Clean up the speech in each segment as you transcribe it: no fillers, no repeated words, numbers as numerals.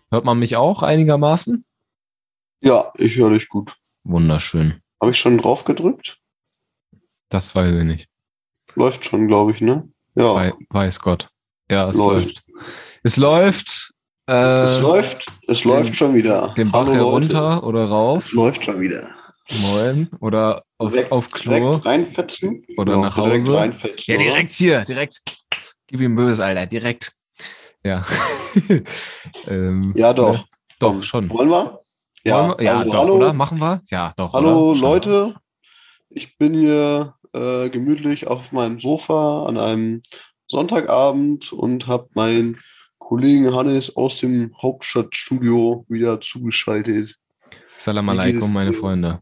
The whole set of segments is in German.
Hört man mich auch einigermaßen? Ja, ich höre dich gut. Wunderschön. Habe ich schon drauf gedrückt? Das weiß ich nicht. Läuft schon, glaube ich, ne? Ja, Weiß Gott. Ja, es läuft. läuft. Es läuft Es läuft den, schon wieder. den Bach Hallo Leute, herunter oder es rauf. läuft schon wieder. Moin. Oder auf Klo Direkt reinfetzen? oder Ja, nach direkt Hause. reinfetzen, Ja, oder? direkt hier, direkt. Gib ihm böse, Alter, direkt. Ja. Ja, Ne? doch. Doch, Komm, schon. wollen wir? Wollen Ja, wir? Ja, also doch, oder? hallo, Machen wir? Ja, doch, oder? hallo Schon. Leute. Ich bin hier gemütlich auf meinem Sofa an einem Sonntagabend und habe meinen Kollegen Hannes aus dem Hauptstadtstudio wieder zugeschaltet. Salam Wie geht alaikum, es meine dir? Freunde.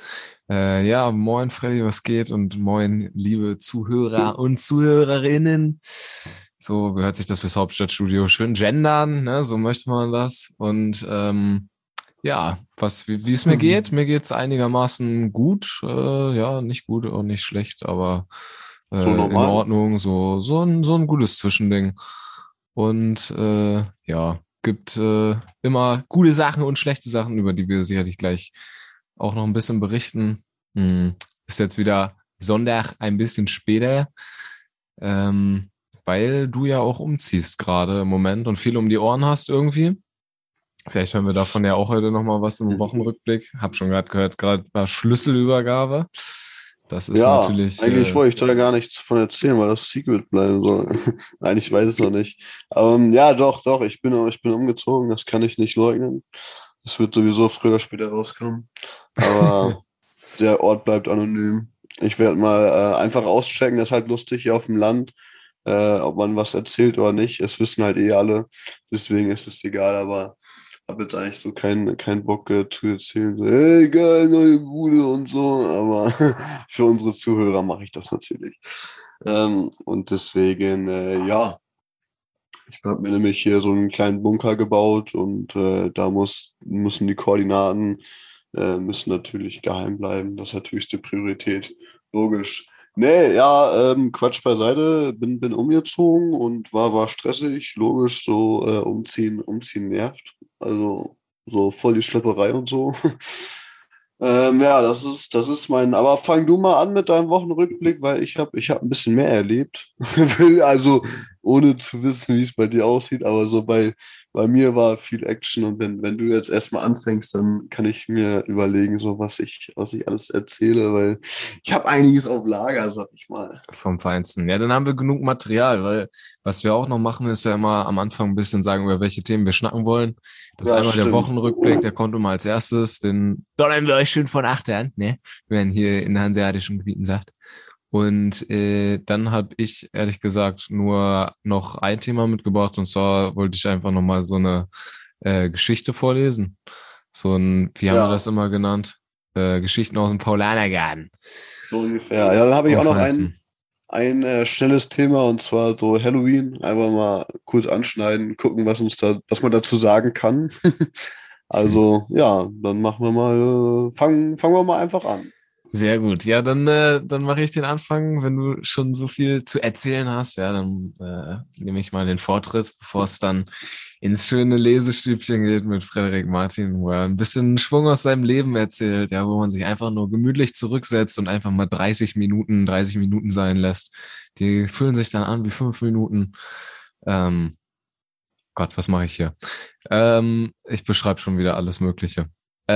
Ja, moin Freddy, was geht? Und moin, liebe Zuhörer und Zuhörerinnen. So gehört sich das fürs Hauptstadtstudio. Schön gendern, ne? So möchte man das. Und ja, wie es mir geht. Mir geht's einigermaßen gut. Ja, nicht gut und nicht schlecht, aber So in normal? Ordnung. So ein gutes Zwischending. Und ja, gibt immer gute Sachen und schlechte Sachen, über die wir sicherlich gleich auch noch ein bisschen berichten. Ist jetzt wieder Sonntag ein bisschen später, ähm, weil du ja auch umziehst gerade im Moment und viel um die Ohren hast irgendwie. Vielleicht hören wir davon ja auch heute nochmal was im Wochenrückblick. Hab schon gerade gehört, gerade war Schlüsselübergabe. Das ist Ja, natürlich, eigentlich wollte ich da gar nichts von erzählen, weil das Secret bleiben soll. Nein, ich weiß es noch nicht. Ja, doch, ich bin umgezogen, das kann ich nicht leugnen. Das wird sowieso früher oder später rauskommen. Aber der Ort bleibt anonym. Ich werde mal einfach auschecken, das ist halt lustig hier auf dem Land, ob man was erzählt oder nicht. Es wissen halt eh alle, deswegen ist es egal, aber habe jetzt eigentlich so keinen Bock zu erzählen, so, hey, geil, neue Bude und so, aber für unsere Zuhörer mache ich das natürlich. Und deswegen, ja, ich habe mir nämlich hier so einen kleinen Bunker gebaut und da müssen die Koordinaten müssen natürlich geheim bleiben. Das hat höchste Priorität. Logisch. Nee, ja, Quatsch beiseite. Bin umgezogen und war stressig. Logisch, so umziehen nervt. Also so voll die Schlepperei und so. Ja, das ist aber fang du mal an mit deinem Wochenrückblick, weil ich hab ein bisschen mehr erlebt. Also, ohne zu wissen, wie es bei dir aussieht, aber so bei mir war viel Action und wenn du jetzt erstmal anfängst, dann kann ich mir überlegen, so was ich alles erzähle, weil ich habe einiges auf Lager, sag ich mal. vom Feinsten. Ja, dann haben wir genug Material, weil was wir auch noch machen, ist ja immer am Anfang ein bisschen sagen, über welche Themen wir schnacken wollen. Das ist Ja, einmal der stimmt. Wochenrückblick, der kommt immer als erstes, den donnern wir euch schön von Achtern, ne? Wie man hier in hanseatischen Gebieten sagt. Und dann habe ich ehrlich gesagt nur noch ein Thema mitgebracht und zwar wollte ich einfach nochmal so eine Geschichte vorlesen. So ein, wie haben wir das Ja, immer genannt? Geschichten aus dem Paulanergarten. so ungefähr. Ja, dann habe ich Vom auch noch ein, Feinsten. ein schnelles Thema und zwar so Halloween. Einfach mal kurz anschneiden, gucken, was man dazu sagen kann. Also, ja, dann machen wir mal, fangen wir mal einfach an. Sehr gut. Ja, dann mache ich den Anfang. Wenn du schon so viel zu erzählen hast, ja, dann nehme ich mal den Vortritt, bevor es dann ins schöne Lesestübchen geht mit Frederik Martin, wo er ein bisschen Schwung aus seinem Leben erzählt, ja, wo man sich einfach nur gemütlich zurücksetzt und einfach mal 30 Minuten sein lässt. Die fühlen sich dann an wie 5 Minuten. Ähm, Gott, was mache ich hier? Ich beschreibe schon wieder alles Mögliche.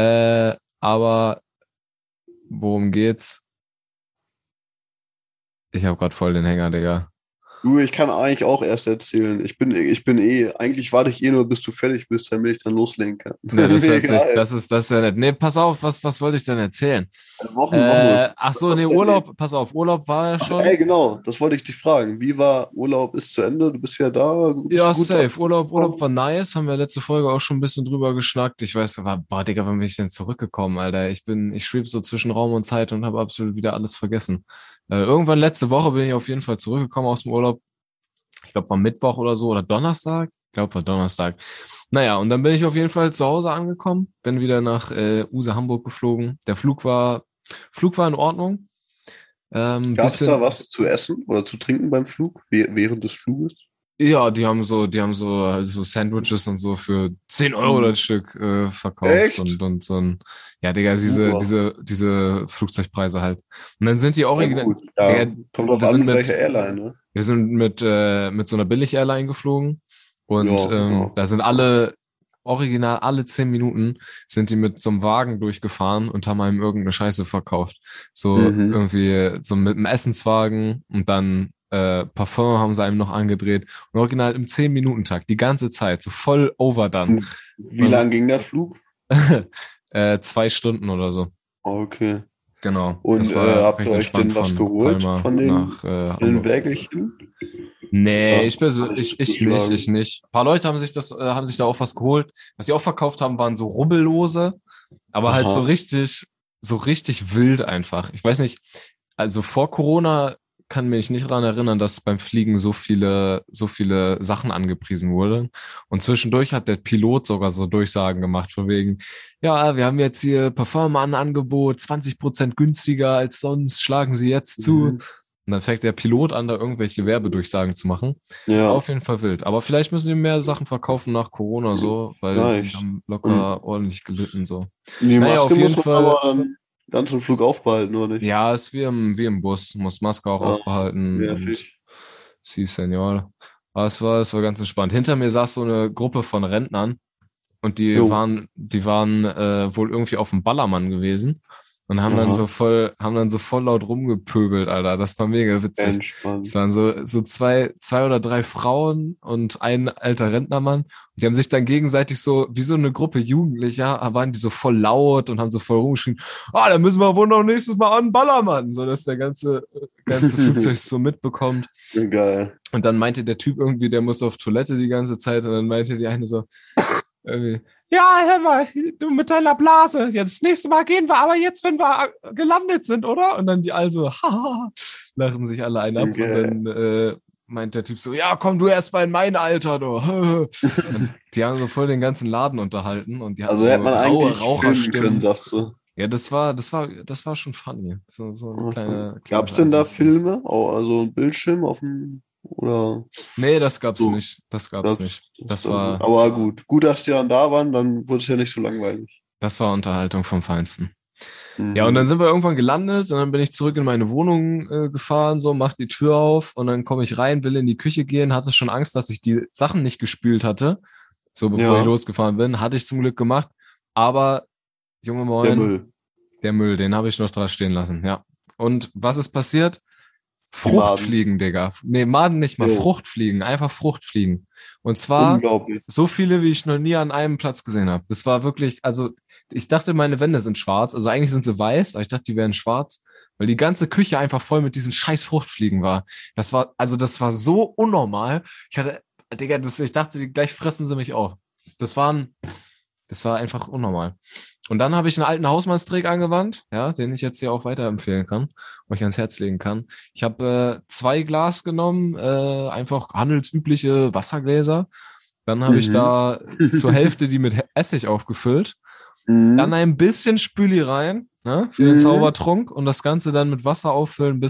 Aber worum geht's? Ich habe gerade voll den Hänger, Digga. Du, ich kann eigentlich auch erst erzählen. Eigentlich warte ich nur, bis du fertig bist, damit ich dann loslegen kann. Ne, das Mir hört sich, egal. das ist ja nett. Nee, pass auf, was wollte ich denn erzählen? Wochenrückblick. Ach Was so, nee, hast du erlebt? Urlaub, pass auf, Urlaub war ja Ach, ey, schon. genau, das wollte ich dich fragen. Wie war Urlaub ist zu Ende? Du bist ja da, du bist Ja, gut safe. Urlaub war angekommen. nice. Haben wir letzte Folge auch schon ein bisschen drüber geschnackt. Ich weiß, boah, Digga, wann bin ich denn zurückgekommen, Alter? Ich schweb so zwischen Raum und Zeit und habe absolut wieder alles vergessen. Irgendwann letzte Woche bin ich auf jeden Fall zurückgekommen aus dem Urlaub. Ich glaube, war Mittwoch oder so oder Donnerstag. Ich glaube, war Donnerstag. Naja, und dann bin ich auf jeden Fall zu Hause angekommen, bin wieder nach USA Hamburg geflogen. Flug war in Ordnung. Gab es da Bisschen, was zu essen oder zu trinken beim Flug, während des Fluges? Ja, die haben so Sandwiches und so für 10 Euro Hm. das Stück verkauft Echt? und so ein, ja, Digga, diese, Super. diese, diese Flugzeugpreise halt. Und dann sind die Ja original, gut. Ja, Digga, kommt drauf wir an, sind mit mit, welcher Airline, ne? wir sind mit so einer Billig-Airline geflogen und Ja, ja. da sind original alle 10 Minuten sind die mit so einem Wagen durchgefahren und haben einem irgendeine Scheiße verkauft. So Mhm. irgendwie so mit einem Essenswagen und dann Parfum haben sie einem noch angedreht. Und original im 10-Minuten-Takt, die ganze Zeit, so voll overdone. Und wie Und lang ging der Flug? 2 Stunden oder so. Okay. Genau. Und Das war habt ihr recht euch entspannt denn was von geholt Palma nach von den Hamburg. Wägelchen? Nee, Oder ich bin so, kann ich ich nicht, ich zuschlagen? nicht. Ein paar Leute haben sich da auch was geholt. Was sie auch verkauft haben, waren so Rubbellose, aber halt Aha. so richtig wild einfach. Ich weiß nicht, also vor Corona kann mich nicht daran erinnern, dass beim Fliegen so viele Sachen angepriesen wurden. Und zwischendurch hat der Pilot sogar so Durchsagen gemacht, von wegen, ja, wir haben jetzt hier Parfum an Angebot, 20% günstiger als sonst, schlagen Sie jetzt zu. Mhm. Und dann fängt der Pilot an, da irgendwelche Werbedurchsagen zu machen. War Ja, auf jeden Fall wild. Aber vielleicht müssen die mehr Sachen verkaufen nach Corona so, weil die vielleicht. haben Und locker ordentlich gelitten so. die Naja, Maske auf jeden muss man Fall, aber dann ganzen Flug aufbehalten, oder nicht? ja, ist wie im Bus. Muss Maske auch Ja, aufbehalten und nervig. sí, Senor. Aber es war ganz entspannt. Hinter mir saß so eine Gruppe von Rentnern und die Jo. waren wohl irgendwie auf dem Ballermann gewesen und Aha. haben dann so voll laut rumgepöbelt, Alter. Das war mega witzig. Es Entspannt. waren so zwei oder drei Frauen und ein alter Rentnermann. Die haben sich dann gegenseitig so, wie so eine Gruppe Jugendlicher, waren die so voll laut und haben so voll rumgeschrien, ah, da müssen wir wohl noch nächstes Mal an den Ballermann, so dass der ganze Flugzeug so mitbekommt. Geil. Und dann meinte der Typ irgendwie, der muss auf Toilette die ganze Zeit und dann meinte die eine so, irgendwie, ja, hör mal, du mit deiner Blase. Jetzt das nächste Mal gehen wir, aber jetzt, wenn wir gelandet sind, oder? Und dann die alle so, haha, lachen sich alle ein ab. Und Geil. dann meint der Typ so, ja, komm du erst mal in mein Alter, du. Und die haben so voll den ganzen Laden unterhalten und die hatten Also hätte so man raue eigentlich filmen können, Raucherstimmen. sagst du. Ja, das war schon funny. So ein Gab es kleines denn da Ereignis. Filme? Oh, also ein Bildschirm auf dem oder Nee, das gab's so? nicht. Das gab's Das, nicht. das dann nicht. Aber gut. Gut, dass die dann da waren, dann wurde es ja nicht so langweilig. Das war Unterhaltung vom Feinsten. Ja, und dann Mhm. sind wir irgendwann gelandet und dann bin ich zurück in meine Wohnung gefahren, so, mach die Tür auf und dann komme ich rein, will in die Küche gehen, hatte schon Angst, dass ich die Sachen nicht gespült hatte. So, bevor ich Ja, losgefahren bin, hatte ich zum Glück gemacht. Aber, Junge der Moin, Müll. der Müll, den habe ich noch da stehen lassen, ja. Und was ist passiert? Die Maden. Fruchtfliegen, Digga. Nee, Maden nicht mal, Jo, Fruchtfliegen, einfach Fruchtfliegen. Und zwar unglaublich. so viele, wie ich noch nie an einem Platz gesehen habe. Das war wirklich, also ich dachte, meine Wände sind schwarz. Also eigentlich sind sie weiß, aber ich dachte, die wären schwarz, weil die ganze Küche einfach voll mit diesen scheiß Fruchtfliegen war. Das war so unnormal. Digga, ich dachte, gleich fressen sie mich auf. Das waren, das war einfach unnormal. Und dann habe ich einen alten Hausmannstrick angewandt, ja, den ich jetzt hier auch weiterempfehlen kann, euch ans Herz legen kann. Ich habe 2 Glas genommen, einfach handelsübliche Wassergläser. Dann habe ich Mhm. da zur Hälfte die mit Essig aufgefüllt. Dann Mhm. ein bisschen Spüli rein, ne, für den Mhm. Zaubertrunk und das Ganze dann mit Wasser auffüllen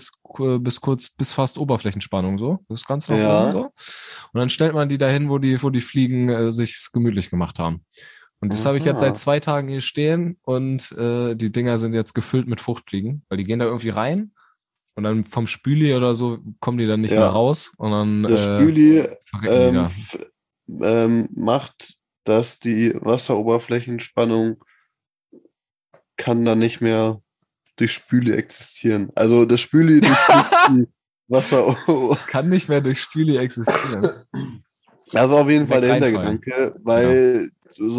bis fast Oberflächenspannung so. Das Ganze nach oben Ja. so. Und dann stellt man die dahin, wo die Fliegen sich gemütlich gemacht haben. Und das habe ich jetzt seit Aha. 2 Tagen hier stehen und die Dinger sind jetzt gefüllt mit Fruchtfliegen, weil die gehen da irgendwie rein und dann vom Spüli oder so kommen die dann nicht mehr Ja. raus und dann Das Spüli verrecken die da. macht, dass die Wasseroberflächenspannung kann dann nicht mehr durch Spüli existieren. Also das Spüli durchfließt die Wasser. Kann nicht mehr durch Spüli existieren. Das ist auf jeden Fall Direkt der reinfallen. Hintergedanke, Ja. weil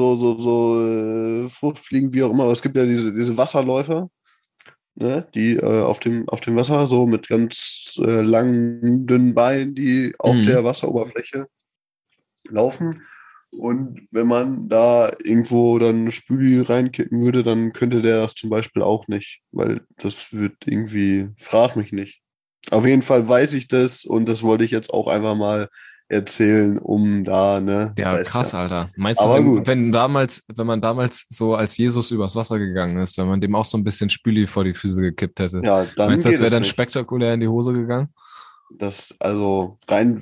Fruchtfliegen, wie auch immer, aber es gibt ja diese Wasserläufer, ne, die auf dem Wasser so mit ganz langen, dünnen Beinen, die auf Mhm. der Wasseroberfläche laufen. Und wenn man da irgendwo dann Spüli reinkippen würde, dann könnte der das zum Beispiel auch nicht, weil das wird irgendwie, frag mich nicht. Auf jeden Fall weiß ich das und das wollte ich jetzt auch einfach mal erzählen, um da, ne, Ja, weiß krass, ja. Alter. Meinst du, Aber gut, wenn man damals so als Jesus übers Wasser gegangen ist, wenn man dem auch so ein bisschen Spüli vor die Füße gekippt hätte, ja, dann meinst du, das geht wäre es dann nicht. spektakulär in die Hose gegangen? Das, also rein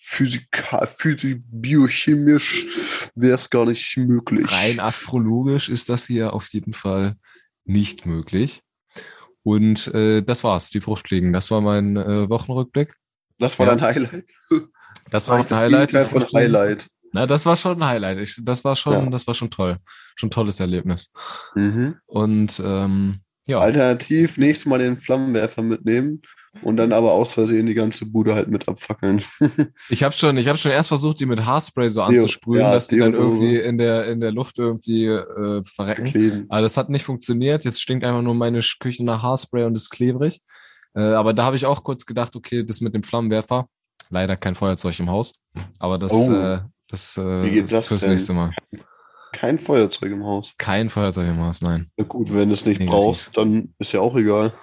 biochemisch wäre es gar nicht Rein möglich. astrologisch ist das hier auf jeden Fall nicht möglich. Und das war's, die Fruchtfliegen. Das war mein Wochenrückblick. Das war Ja, dein Highlight. das war Eigentlich mein das Highlight, die Gegenteil von Fruchtfliegen. Highlight. Na, das war schon ein Highlight. Ja. Das war schon toll. Schon ein tolles Erlebnis. Mhm. Und ja, Alternativ nächstes Mal den Flammenwerfer mitnehmen und dann aber aus Versehen die ganze Bude halt mit abfackeln. ich habe schon erst versucht, die mit Haarspray so anzusprühen, Ja, dass die dann irgendwie Deodore in der Luft irgendwie verrecken. verkleben. Aber das hat nicht funktioniert. Jetzt stinkt einfach nur meine Küche nach Haarspray und ist klebrig. Aber da habe ich auch kurz gedacht, okay, das mit dem Flammenwerfer. Leider kein Feuerzeug im Haus. Aber Oh, wie geht ist das fürs denn? nächste Mal. Kein Feuerzeug im Haus. Kein Feuerzeug im Haus, nein. Na gut, wenn du es nicht Negativ. brauchst, dann ist ja auch egal.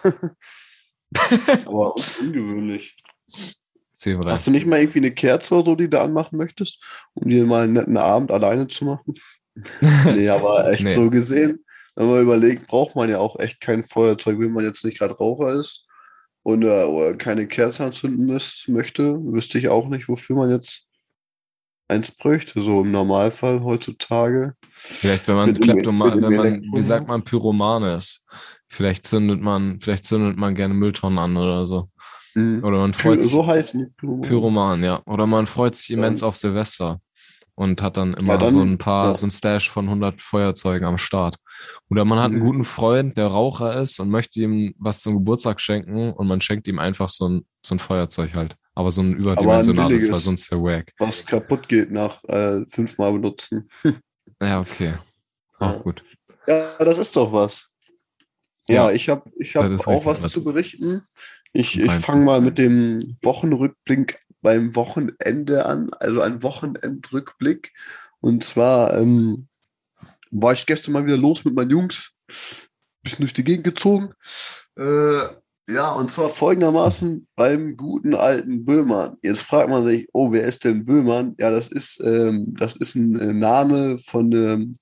Aber ungewöhnlich. Ziehen wir rein. Hast du nicht mal irgendwie eine Kerze oder so, die du anmachen möchtest, um dir mal einen netten Abend alleine zu machen? Nee, aber echt Nee. so gesehen, wenn man überlegt, braucht man ja auch echt kein Feuerzeug, wenn man jetzt nicht gerade Raucher ist und oder keine Kerze anzünden möchte, wüsste ich auch nicht, wofür man jetzt eins bräuchte, so im Normalfall heutzutage Vielleicht, mit dem wenn man, wie sagt Elektroherd. man, Pyroman ist. Vielleicht zündet man gerne Mülltonnen an oder so. Mhm. Oder man freut sich, So heißt nicht Pyroman. Pyroman, ja. Oder man freut sich immens Ja, auf Silvester und hat dann ja, immer dann, ja. so ein Stash von 100 Feuerzeugen am Start. Oder man hat einen Mhm. guten Freund, der Raucher ist und möchte ihm was zum Geburtstag schenken und man schenkt ihm einfach so ein Feuerzeug halt. Aber so ein Aber ein überdimensionales, weil billiges, sonst der wack. was kaputt geht nach 5-mal benutzen. Ja, okay. Auch Ja. gut. Ja, das ist doch was. Ja, Ja, ich das hab ist auch richtig was was. zu berichten. Am Ich fange Feinsten. mal mit dem Wochenrückblick beim Wochenende an, also ein Wochenendrückblick. Und zwar war ich gestern mal wieder los mit meinen Jungs, bisschen durch die Gegend gezogen. Äh, ja, und zwar folgendermaßen beim guten alten Böhmann. Jetzt fragt man sich, oh, wer ist denn Böhmann? Ja, das ist ein Name von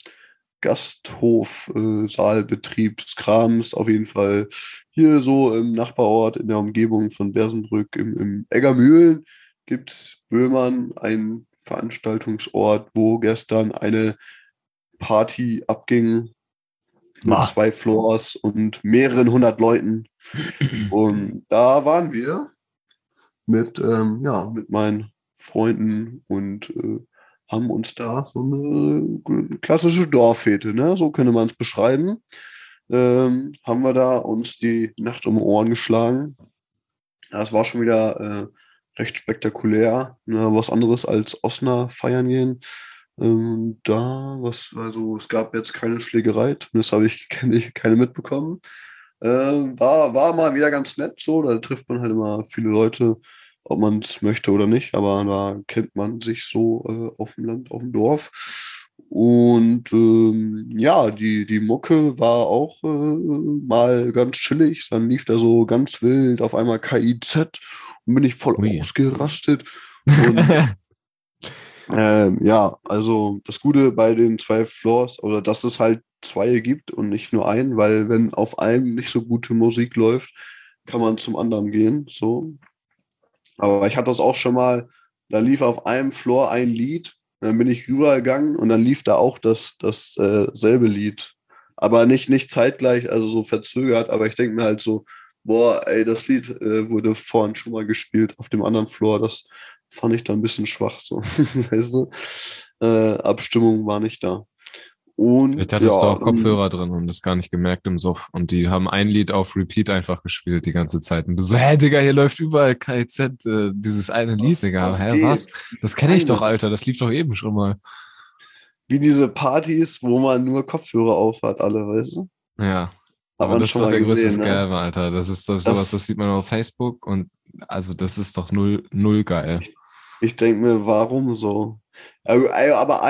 Gasthof, Saalbetriebskrams, auf jeden Fall hier so im Nachbarort in der Umgebung von Bersenbrück im Eggermühlen gibt es Böhmann, ein Veranstaltungsort, wo gestern eine Party abging mit Ma. 2 Floors und mehreren hundert Leuten. Und da waren wir mit meinen Freunden und haben uns da so eine klassische Dorffete, ne? So könnte man es beschreiben. Haben wir da uns die Nacht um die Ohren geschlagen. Das war schon wieder recht spektakulär, ne? Was anderes als Osnabrück feiern gehen. Also es gab jetzt keine Schlägerei, zumindest kenne ich keine mitbekommen. War mal wieder ganz nett so, da trifft man halt immer viele Leute, ob man es möchte oder nicht, aber da kennt man sich so auf dem Land, auf dem Dorf. Und ja, die Mucke war auch mal ganz chillig, dann lief da so ganz wild auf einmal KIZ und bin ich voll Ui. ausgerastet. Und ja, also das Gute bei den 2 Floors, oder dass es halt zwei gibt und nicht nur einen, weil wenn auf einem nicht so gute Musik läuft, kann man zum anderen gehen. So. Aber ich hatte das auch schon mal, da lief auf einem Floor ein Lied, dann bin ich rübergegangen und dann lief da auch das selbe Lied. Aber nicht zeitgleich, also so verzögert, aber ich denke mir halt so, boah, ey, das Lied wurde vorhin schon mal gespielt auf dem anderen Floor, das fand ich dann ein bisschen schwach, so, weißt du? Abstimmung war nicht da. Vielleicht Und hattest du ja, auch Kopfhörer drin und das gar nicht gemerkt im Suff. Und die haben ein Lied auf Repeat einfach gespielt die ganze Zeit. Und du so, hä, Digga, hier läuft überall KIZ, dieses eine Lied, Digga. was Hä, was? geht? Das Ich kenne ich doch, meine, Alter. Das lief doch eben schon mal. wie diese Partys, wo man nur Kopfhörer auf hat, alle, weißt du? Ja. Hat Aber man das ist schon doch mal der größte gesehen, ne? Scam, Alter. Das ist doch sowas, das Das, sieht man auf Facebook und also das ist doch null geil. ich, ich denke mir, warum so? Aber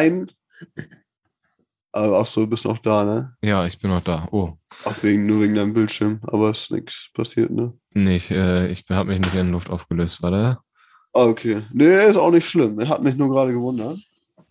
ach so, du bist noch da, ne? Ja, ich bin noch da. Oh. Ach, nur wegen deinem Bildschirm, aber ist nichts passiert, ne? Nee, ich habe mich nicht in Luft aufgelöst, warte. Ah, okay. Nee, ist auch nicht schlimm. Er hat mich nur gerade gewundert.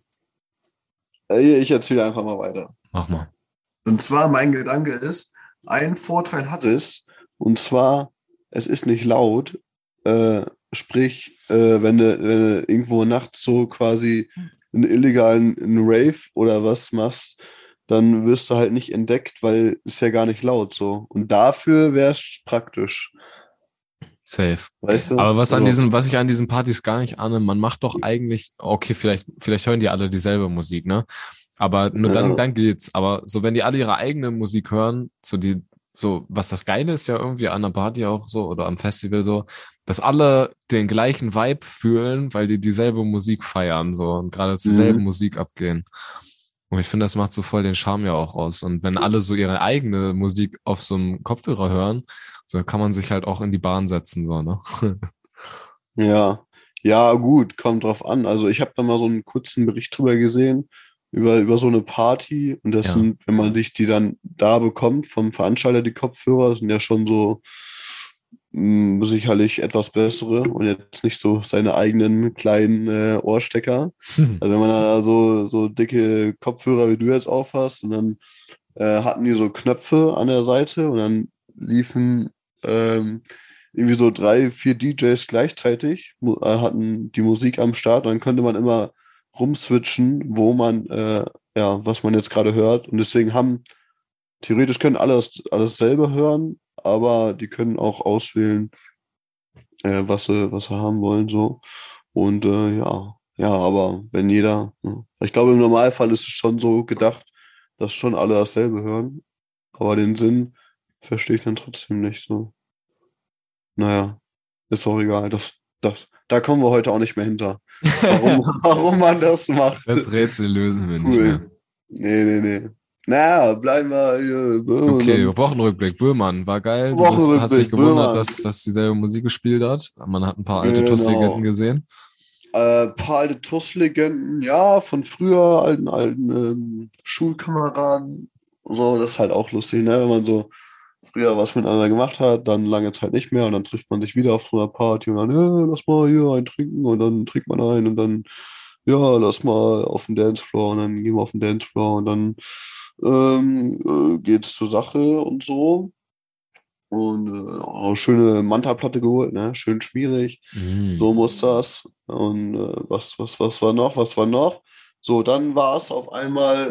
Ich erzähle einfach mal weiter. Mach mal. Und zwar, mein Gedanke ist, ein Vorteil hat es, und zwar, es ist nicht laut. Sprich, wenn du irgendwo nachts so quasi einen illegalen einen Rave oder was machst, dann wirst du halt nicht entdeckt, weil es ja gar nicht laut so. Und dafür wäre es praktisch, Safe. weißt du? Aber So. was ich an diesen Partys gar nicht ahne, man macht doch eigentlich, okay, vielleicht hören die alle dieselbe Musik, ne? Aber nur Ja. dann geht's. Aber so, wenn die alle ihre eigene Musik hören, was das Geile ist ja irgendwie an der Party auch so oder am Festival so, dass alle den gleichen Vibe fühlen, weil die dieselbe Musik feiern, so, und gerade zur selben Mhm. Musik abgehen. Und ich finde, das macht so voll den Charme ja auch aus. Und wenn alle so ihre eigene Musik auf so einem Kopfhörer hören, so kann man sich halt auch in die Bahn setzen, so, ne? Ja. Ja, gut, kommt drauf an. Also ich habe da mal so einen kurzen Bericht drüber gesehen, über so eine Party. Und das Ja. sind, wenn man sich die dann da bekommt, vom Veranstalter die Kopfhörer, sind ja schon so sicherlich etwas bessere und jetzt nicht so seine eigenen kleinen Ohrstecker. Also wenn man da so dicke Kopfhörer wie du jetzt aufhast und dann hatten die so Knöpfe an der Seite und dann liefen irgendwie so 3, 4 DJs gleichzeitig, hatten die Musik am Start und dann konnte man immer rumswitchen, wo man, ja, was man jetzt gerade hört. Und deswegen theoretisch können alles selber hören, aber die können auch auswählen, was sie haben wollen, so. Und ja, ja, aber wenn jeder, ja. Ich glaube, im Normalfall ist es schon so gedacht, dass schon alle dasselbe hören, aber den Sinn verstehe ich dann trotzdem nicht so. Naja, ist auch egal. Da kommen wir heute auch nicht mehr hinter. Warum, warum man das macht. Das Rätsel lösen wir nicht mehr. Cool. Nee. Naja, bleiben wir hier. Und Okay, dann Wochenrückblick. Böhmann war geil. Hast dich Wochenrückblick, gewundert, Böhmann. dass dieselbe Musik gespielt hat. Man hat ein paar alte TuS-Legenden Genau. gesehen. Paar alte TuS-Legenden, ja, von früher, alten Schulkameraden. So, das ist halt auch lustig, ne? Wenn man so früher was miteinander gemacht hat, dann lange Zeit nicht mehr und dann trifft man sich wieder auf so einer Party und dann, ja, lass mal hier einen trinken und dann trinkt man einen und dann, ja, lass mal auf den Dancefloor und dann gehen wir auf den Dancefloor und dann geht's zur Sache und so. Und auch schöne Manta-Platte geholt, ne? Schön schmierig. Mm. So muss das. Und was war noch? Was war noch? So, dann war es auf einmal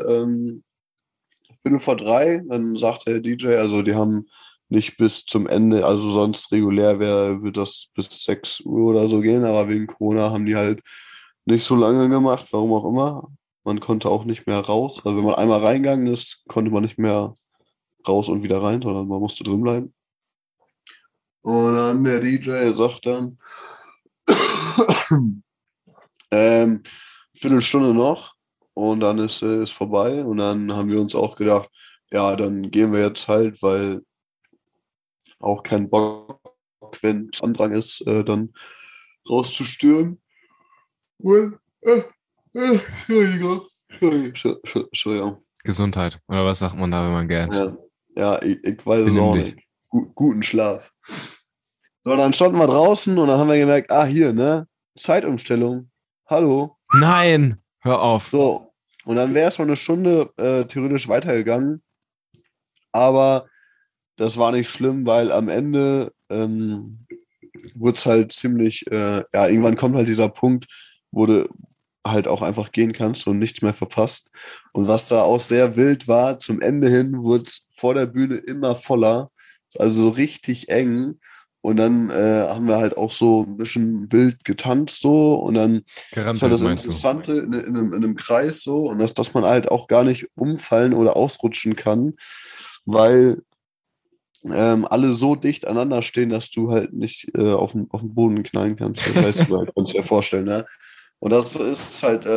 2:45. Dann sagte der DJ, also die haben nicht bis zum Ende, also sonst regulär wird das bis 6 Uhr oder so gehen, aber wegen Corona haben die halt nicht so lange gemacht, warum auch immer. Man konnte auch nicht mehr raus. Also wenn man einmal reingegangen ist, konnte man nicht mehr raus und wieder rein, sondern man musste drin bleiben. Und dann der DJ sagt dann, ähm, Viertelstunde noch und dann ist vorbei. Und dann haben wir uns auch gedacht, ja, dann gehen wir jetzt halt, weil auch kein Bock, wenn es Andrang ist, dann rauszustürmen. Entschuldigung. Entschuldigung. Gesundheit. Oder was sagt man da, wenn man gähnt? Ja, ja, ich weiß es Benimm auch dich. nicht. Guten Schlaf. So, dann standen wir draußen und dann haben wir gemerkt, hier, ne? Zeitumstellung. Hallo. Nein! Hör auf. So. Und dann wäre es noch eine Stunde theoretisch weitergegangen. Aber das war nicht schlimm, weil am Ende wurde es halt ziemlich, ja, irgendwann kommt halt dieser Punkt, wo du halt auch einfach gehen kannst und nichts mehr verpasst. Und was da auch sehr wild war, zum Ende hin wurde es vor der Bühne immer voller, also so richtig eng. Und dann haben wir halt auch so ein bisschen wild getanzt so und dann ist halt Gerempelt, das meinst du? Interessante in einem Kreis so und dass man halt auch gar nicht umfallen oder ausrutschen kann, weil alle so dicht aneinander stehen, dass du halt nicht auf den Boden knallen kannst. Das weißt du halt, kannst du dir vorstellen, ne? Und das ist halt,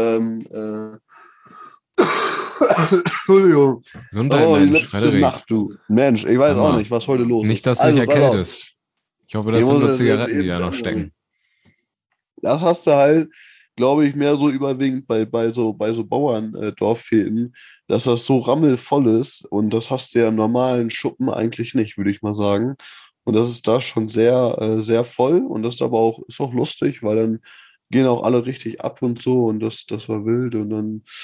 Entschuldigung, Gesundheit, oh, die Mensch. letzte Frederik. Nacht, du. Mensch, ich weiß auch Hammer. nicht, was heute los Nicht, ist. dass du dich Also, pass auf, erkältest. Ich hoffe, ich das sind muss nur das jetzt Zigaretten, die eben da zu noch Ende bringen. stecken. Das hast du halt, glaube ich, mehr so überwiegend bei so Bauerndorffäden, dass das so rammelvoll ist und das hast du ja im normalen Schuppen eigentlich nicht, würde ich mal sagen. Und das ist da schon sehr voll und das ist aber ist auch lustig, weil dann gehen auch alle richtig ab und so und das war wild und dann,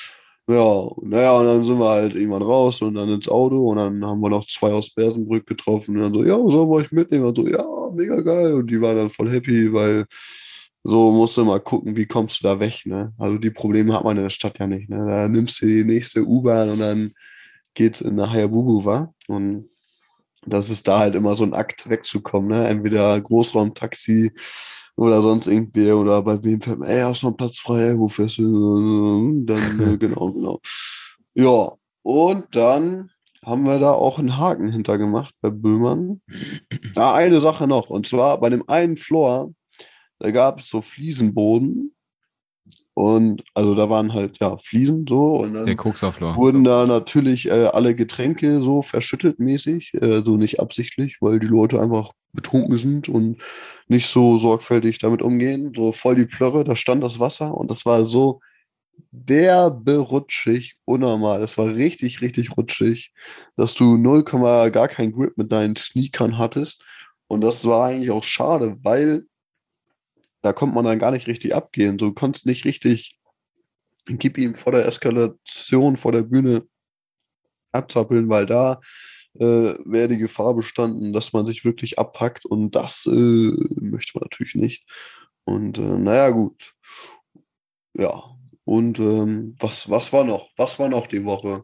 Ja, naja, und dann sind wir halt irgendwann raus und dann ins Auto und dann haben wir noch zwei aus Bersenbrück getroffen und dann so, ja, sollen wir euch mitnehmen? Und so, ja, mega geil. Und die waren dann voll happy, weil so musst du mal gucken, wie kommst du da weg, ne? Also die Probleme hat man in der Stadt ja nicht, ne? Da nimmst du die nächste U-Bahn und dann geht's in nach Hayabubu, wa? Und das ist da halt immer so ein Akt, wegzukommen, ne? Entweder Großraumtaxi oder sonst irgendwie, oder bei wem fährt man, ey, hast du noch Platz frei, wo fährst du? Dann, genau, genau. Ja, und dann haben wir da auch einen Haken hintergemacht bei Böhmern. Ah, eine Sache noch, und zwar bei dem einen Floor, da gab es so Fliesenboden und also da waren halt ja Fliesen so und Der dann Koksauflauf. wurden da natürlich alle Getränke so verschüttet mäßig, so nicht absichtlich, weil die Leute einfach betrunken sind und nicht so sorgfältig damit umgehen. So voll die Plörre, da stand das Wasser und das war so derbe rutschig, unnormal. Das war richtig, richtig rutschig, dass du 0, gar kein Grip mit deinen Sneakern hattest. Und das war eigentlich auch schade, weil da konnte man dann gar nicht richtig abgehen. So, du konntest nicht richtig, gib ihm vor der Eskalation, vor der Bühne abzappeln, weil da wäre die Gefahr bestanden, dass man sich wirklich abpackt und das möchte man natürlich nicht. Und naja, gut. Ja. Und was war noch? Was war noch die Woche?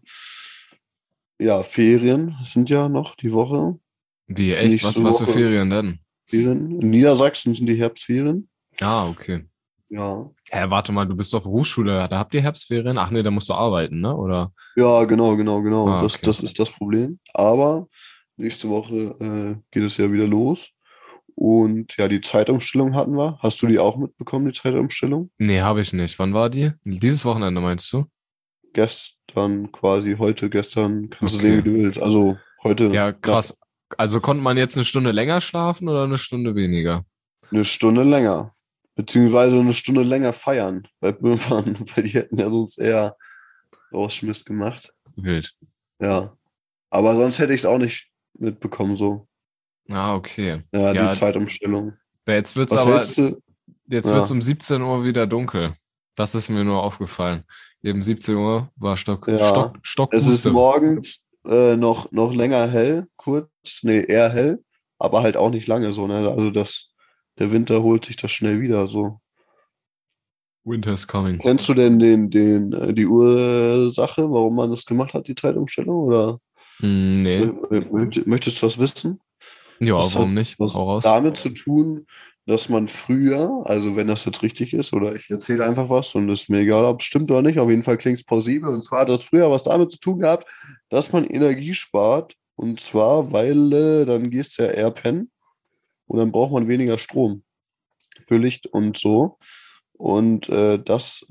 Ja, Ferien sind ja noch die Woche. Wie, echt? Nächste Was für Woche Ferien denn? Ferien. In Niedersachsen sind die Herbstferien. Ah, okay. Ja. Hä, warte mal, du bist doch Berufsschule, da habt ihr Herbstferien? Ach nee, da musst du arbeiten, ne? Oder? Ja, genau, genau, genau. Ah, Das, okay. das ist das Problem. Aber nächste Woche geht es ja wieder los. Und ja, die Zeitumstellung hatten wir. Hast du die auch mitbekommen, die Zeitumstellung? Nee, habe ich nicht. Wann war die? Dieses Wochenende meinst du? Gestern quasi, heute, gestern, kannst du sehen, wie Okay. du willst. Also heute Ja, Nacht krass. Also konnte man jetzt eine Stunde länger schlafen oder eine Stunde weniger? eine Stunde länger. Beziehungsweise eine Stunde länger feiern bei Böhmern, weil die hätten ja sonst eher Rausschmiss gemacht. Wild. Ja. Aber sonst hätte ich es auch nicht mitbekommen, so. Ah, okay. Ja, die Ja, Zeitumstellung. jetzt Was hältst du? wird's Ja, um 17 Uhr wieder dunkel. Das ist mir nur aufgefallen. Eben 17 Uhr war ja. Es ist stockduster. morgens noch länger hell, kurz, nee, eher hell, aber halt auch nicht lange so, ne? Also der Winter holt sich das schnell wieder, so. Winter's coming. Kennst du denn die Ursache, warum man das gemacht hat, die Zeitumstellung? Oder Nee. möchtest du das wissen? Ja, Das hat warum nicht? was Hau raus. damit zu tun, dass man früher, also wenn das jetzt richtig ist, oder ich erzähle einfach was und es ist mir egal, ob es stimmt oder nicht, auf jeden Fall klingt es plausibel. Und zwar hat das früher was damit zu tun gehabt, dass man Energie spart. Und zwar, weil dann gehst du ja eher pennen und dann braucht man weniger Strom für Licht und so. Und das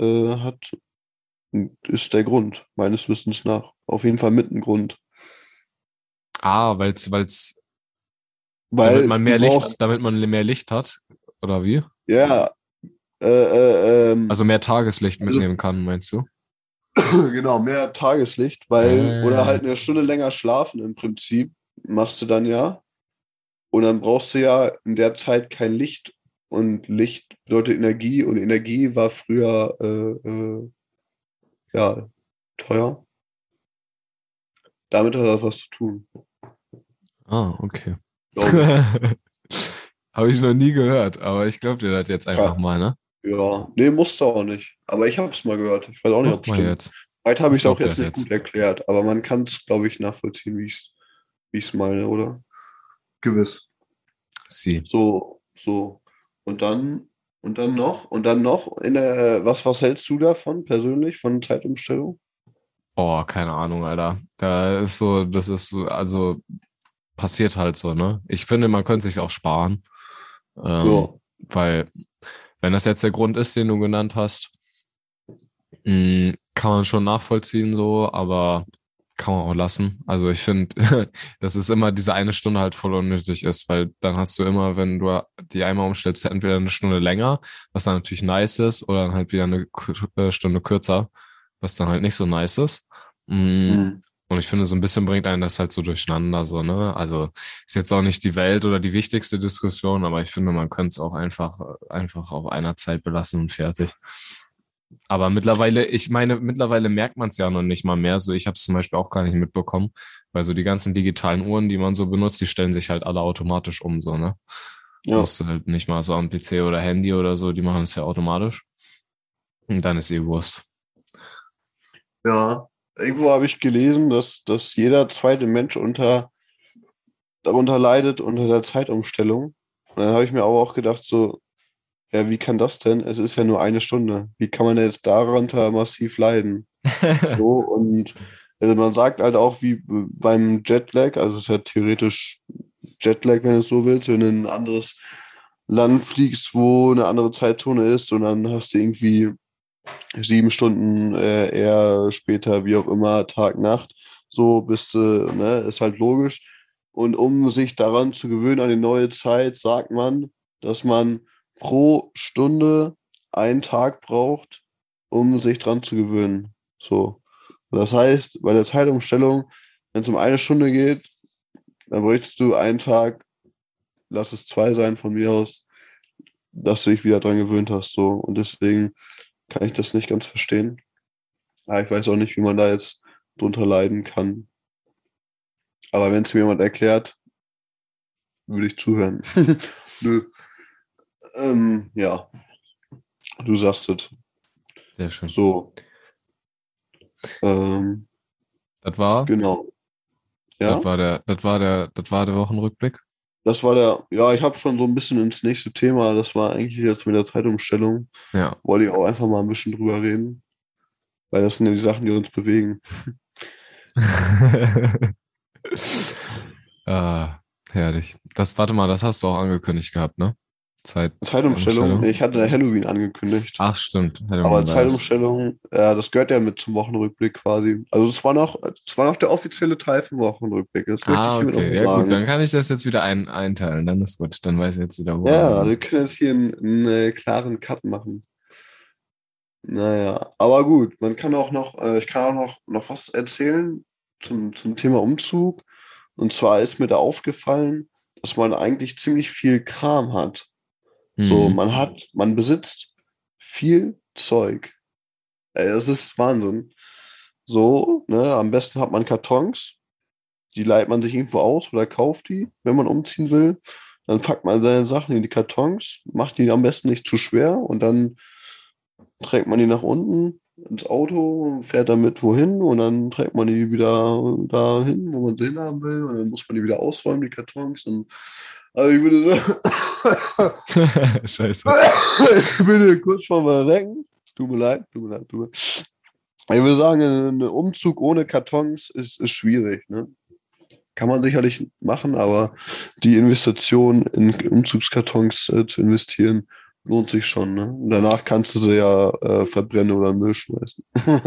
ist der Grund, meines Wissens nach. Auf jeden Fall mit ein Grund. Ah, Weil du brauchst, damit man mehr Licht hat, oder wie? ja, Also mehr Tageslicht also mitnehmen kann, meinst du? genau, mehr Tageslicht, weil, oder Äh, halt eine Stunde länger schlafen im Prinzip, machst du dann ja. Und dann brauchst du ja in der Zeit kein Licht. Und Licht bedeutet Energie und Energie war früher ja teuer. Damit hat das was zu tun, ah, okay. glaube ich. Habe ich noch nie gehört, aber ich glaube dir das jetzt einfach Ja, mal, ne? ja. Nee, musste auch nicht. Aber ich habe es mal gehört. Ich weiß auch nicht, Mach ob es mal stimmt. jetzt. Vielleicht habe Ich ich es auch glaub dir jetzt das nicht jetzt. gut erklärt, aber man kann es, glaube ich, nachvollziehen, wie ich es meine, oder? Gewiss. Sie. So. Und dann, und dann noch was hältst du davon persönlich, von Zeitumstellung? Oh, keine Ahnung, Alter. Das ist so, also passiert halt so, ne? Ich finde, man könnte sich auch sparen, Ja. weil, wenn das jetzt der Grund ist, den du genannt hast, kann man schon nachvollziehen so, aber kann man auch lassen. Also ich finde, dass es immer diese eine Stunde halt voll unnötig ist, weil dann hast du immer, wenn du die einmal umstellst, entweder eine Stunde länger, was dann natürlich nice ist, oder dann halt wieder eine Stunde kürzer, was dann halt nicht so nice ist. Mm, Hm. Und ich finde, so ein bisschen bringt einen das halt so durcheinander, so, ne? Also ist jetzt auch nicht die Welt oder die wichtigste Diskussion, aber ich finde, man könnte es auch einfach auf einer Zeit belassen und fertig. Aber mittlerweile merkt man es ja noch nicht mal mehr. So, ich habe es zum Beispiel auch gar nicht mitbekommen, weil so die ganzen digitalen Uhren, die man so benutzt, die stellen sich halt alle automatisch um, so, ne? Ja, Musst du halt nicht mal so am PC oder Handy oder so, die machen es ja automatisch. Und dann ist eh Wurst. ja. Irgendwo habe ich gelesen, dass jeder zweite Mensch darunter leidet unter der Zeitumstellung. Und dann habe ich mir aber auch gedacht, so, ja, wie kann das denn? Es ist ja nur eine Stunde. Wie kann man denn jetzt darunter massiv leiden? So, und also man sagt halt auch, wie beim Jetlag, also es ist ja theoretisch Jetlag, wenn du es so willst, wenn du in ein anderes Land fliegst, wo eine andere Zeitzone ist und dann hast du irgendwie 7 Stunden eher später, wie auch immer, Tag, Nacht, so bist du, ne, ist halt logisch. Und um sich daran zu gewöhnen, an die neue Zeit, sagt man, dass man pro Stunde einen Tag braucht, um sich dran zu gewöhnen. So. Das heißt, bei der Zeitumstellung, wenn es um eine Stunde geht, dann bräuchtest du einen Tag, lass es zwei sein von mir aus, dass du dich wieder dran gewöhnt hast. So. Und deswegen kann ich das nicht ganz verstehen. Aber ich weiß auch nicht, wie man da jetzt drunter leiden kann. Aber wenn es mir jemand erklärt, würde ich zuhören. Nö. Ja, du sagst es. Sehr schön. So, ähm, Das war, genau. Ja, das war der Wochenrückblick. das war ja, ich habe schon so ein bisschen ins nächste Thema. Das war eigentlich jetzt mit der Zeitumstellung. Ja. Wollte ich auch einfach mal ein bisschen drüber reden, weil das sind ja die Sachen, die uns bewegen. Ah, herrlich. Warte mal, das hast du auch angekündigt gehabt, ne? Zeitumstellung, Zeitumstellung. ich hatte Halloween angekündigt. Ach, stimmt. Aber Halloween war das. Zeitumstellung, ja, das gehört ja mit zum Wochenrückblick quasi. Also es war noch der offizielle Teil vom Wochenrückblick. Das möchte ich Ah, hiermit okay. nochmal Ja, gut, dann sagen. kann ich das jetzt wieder einteilen. Dann ist gut. Dann weiß ich jetzt wieder, woran wir Ja, wir sind. können jetzt hier einen klaren Cut machen. Naja, aber gut, ich kann auch noch was erzählen zum Thema Umzug. Und zwar ist mir da aufgefallen, dass man eigentlich ziemlich viel Kram hat. So, Mhm. man besitzt viel Zeug. Ey, das ist Wahnsinn. So, ne, am besten hat man Kartons, die leiht man sich irgendwo aus oder kauft die, wenn man umziehen will. Dann packt man seine Sachen in die Kartons, macht die am besten nicht zu schwer und dann trägt man die nach unten ins Auto, fährt damit wohin und dann trägt man die wieder dahin, wo man sie hinhaben will und dann muss man die wieder ausräumen, die Kartons. Und, also ich würde sagen, Scheiße. ich bin hier kurz vor mal Verrecken. Tut mir leid, tut mir leid, tut mir leid. Ich würde sagen, ein Umzug ohne Kartons ist schwierig, ne? Kann man sicherlich machen, aber die Investition in Umzugskartons zu investieren, lohnt sich schon, ne? Und danach kannst du sie ja verbrennen oder in den Müll schmeißen.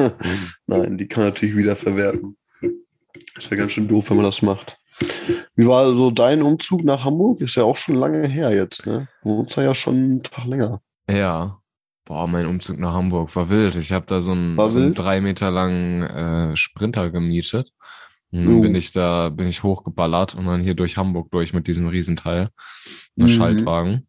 Nein, die kann natürlich wieder verwerten. Das wäre ganz schön doof, wenn man das macht. Wie war so dein Umzug nach Hamburg? Ist ja auch schon lange her jetzt, ne? Wohnst ja schon einen Tag länger. Ja. Boah, mein Umzug nach Hamburg war wild. Ich habe da War so einen wild? 3 Meter langen Sprinter gemietet. Und dann Jo. bin ich hochgeballert und dann hier durch Hamburg durch mit diesem Riesenteil. Ein Mhm. Schaltwagen.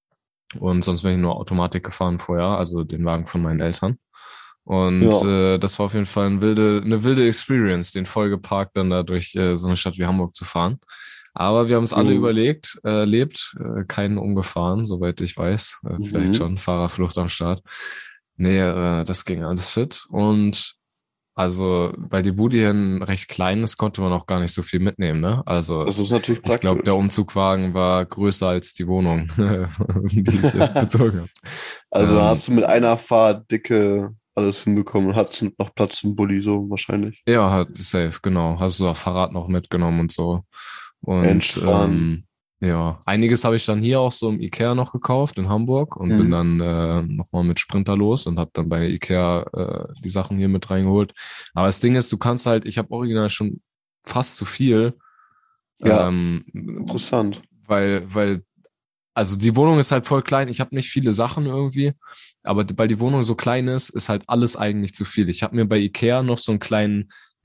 Und sonst bin ich nur Automatik gefahren vorher, also den Wagen von meinen Eltern. Und Ja. das war auf jeden Fall eine wilde Experience, den vollgeparkt dann da durch so eine Stadt wie Hamburg zu fahren. Aber wir haben es alle Jo. erlebt, keinen umgefahren, soweit ich weiß. Vielleicht Mhm. schon, Fahrerflucht am Start. Nee, das ging alles fit. Und also, weil die Bude hier recht klein ist, konnte man auch gar nicht so viel mitnehmen, ne? Also, Das ist natürlich ich glaube, der praktisch. Umzugwagen war größer als die Wohnung, die ich jetzt bezogen habe. Also da hast du mit einer Fahrt dicke alles hinbekommen und hattest noch Platz zum Bulli, so wahrscheinlich. Ja, safe, genau. Hast du auch Fahrrad noch mitgenommen und so. Und Entspannt. ja, einiges habe ich dann hier auch so im Ikea noch gekauft in Hamburg und bin Mhm. dann nochmal mit Sprinter los und habe dann bei Ikea die Sachen hier mit reingeholt. Aber das Ding ist, du kannst halt, ich habe original schon fast zu viel, Ja, ähm, interessant. weil also die Wohnung ist halt voll klein. Ich habe nicht viele Sachen irgendwie, aber weil die Wohnung so klein ist, ist halt alles eigentlich zu viel. Ich habe mir bei Ikea noch so einen kleinen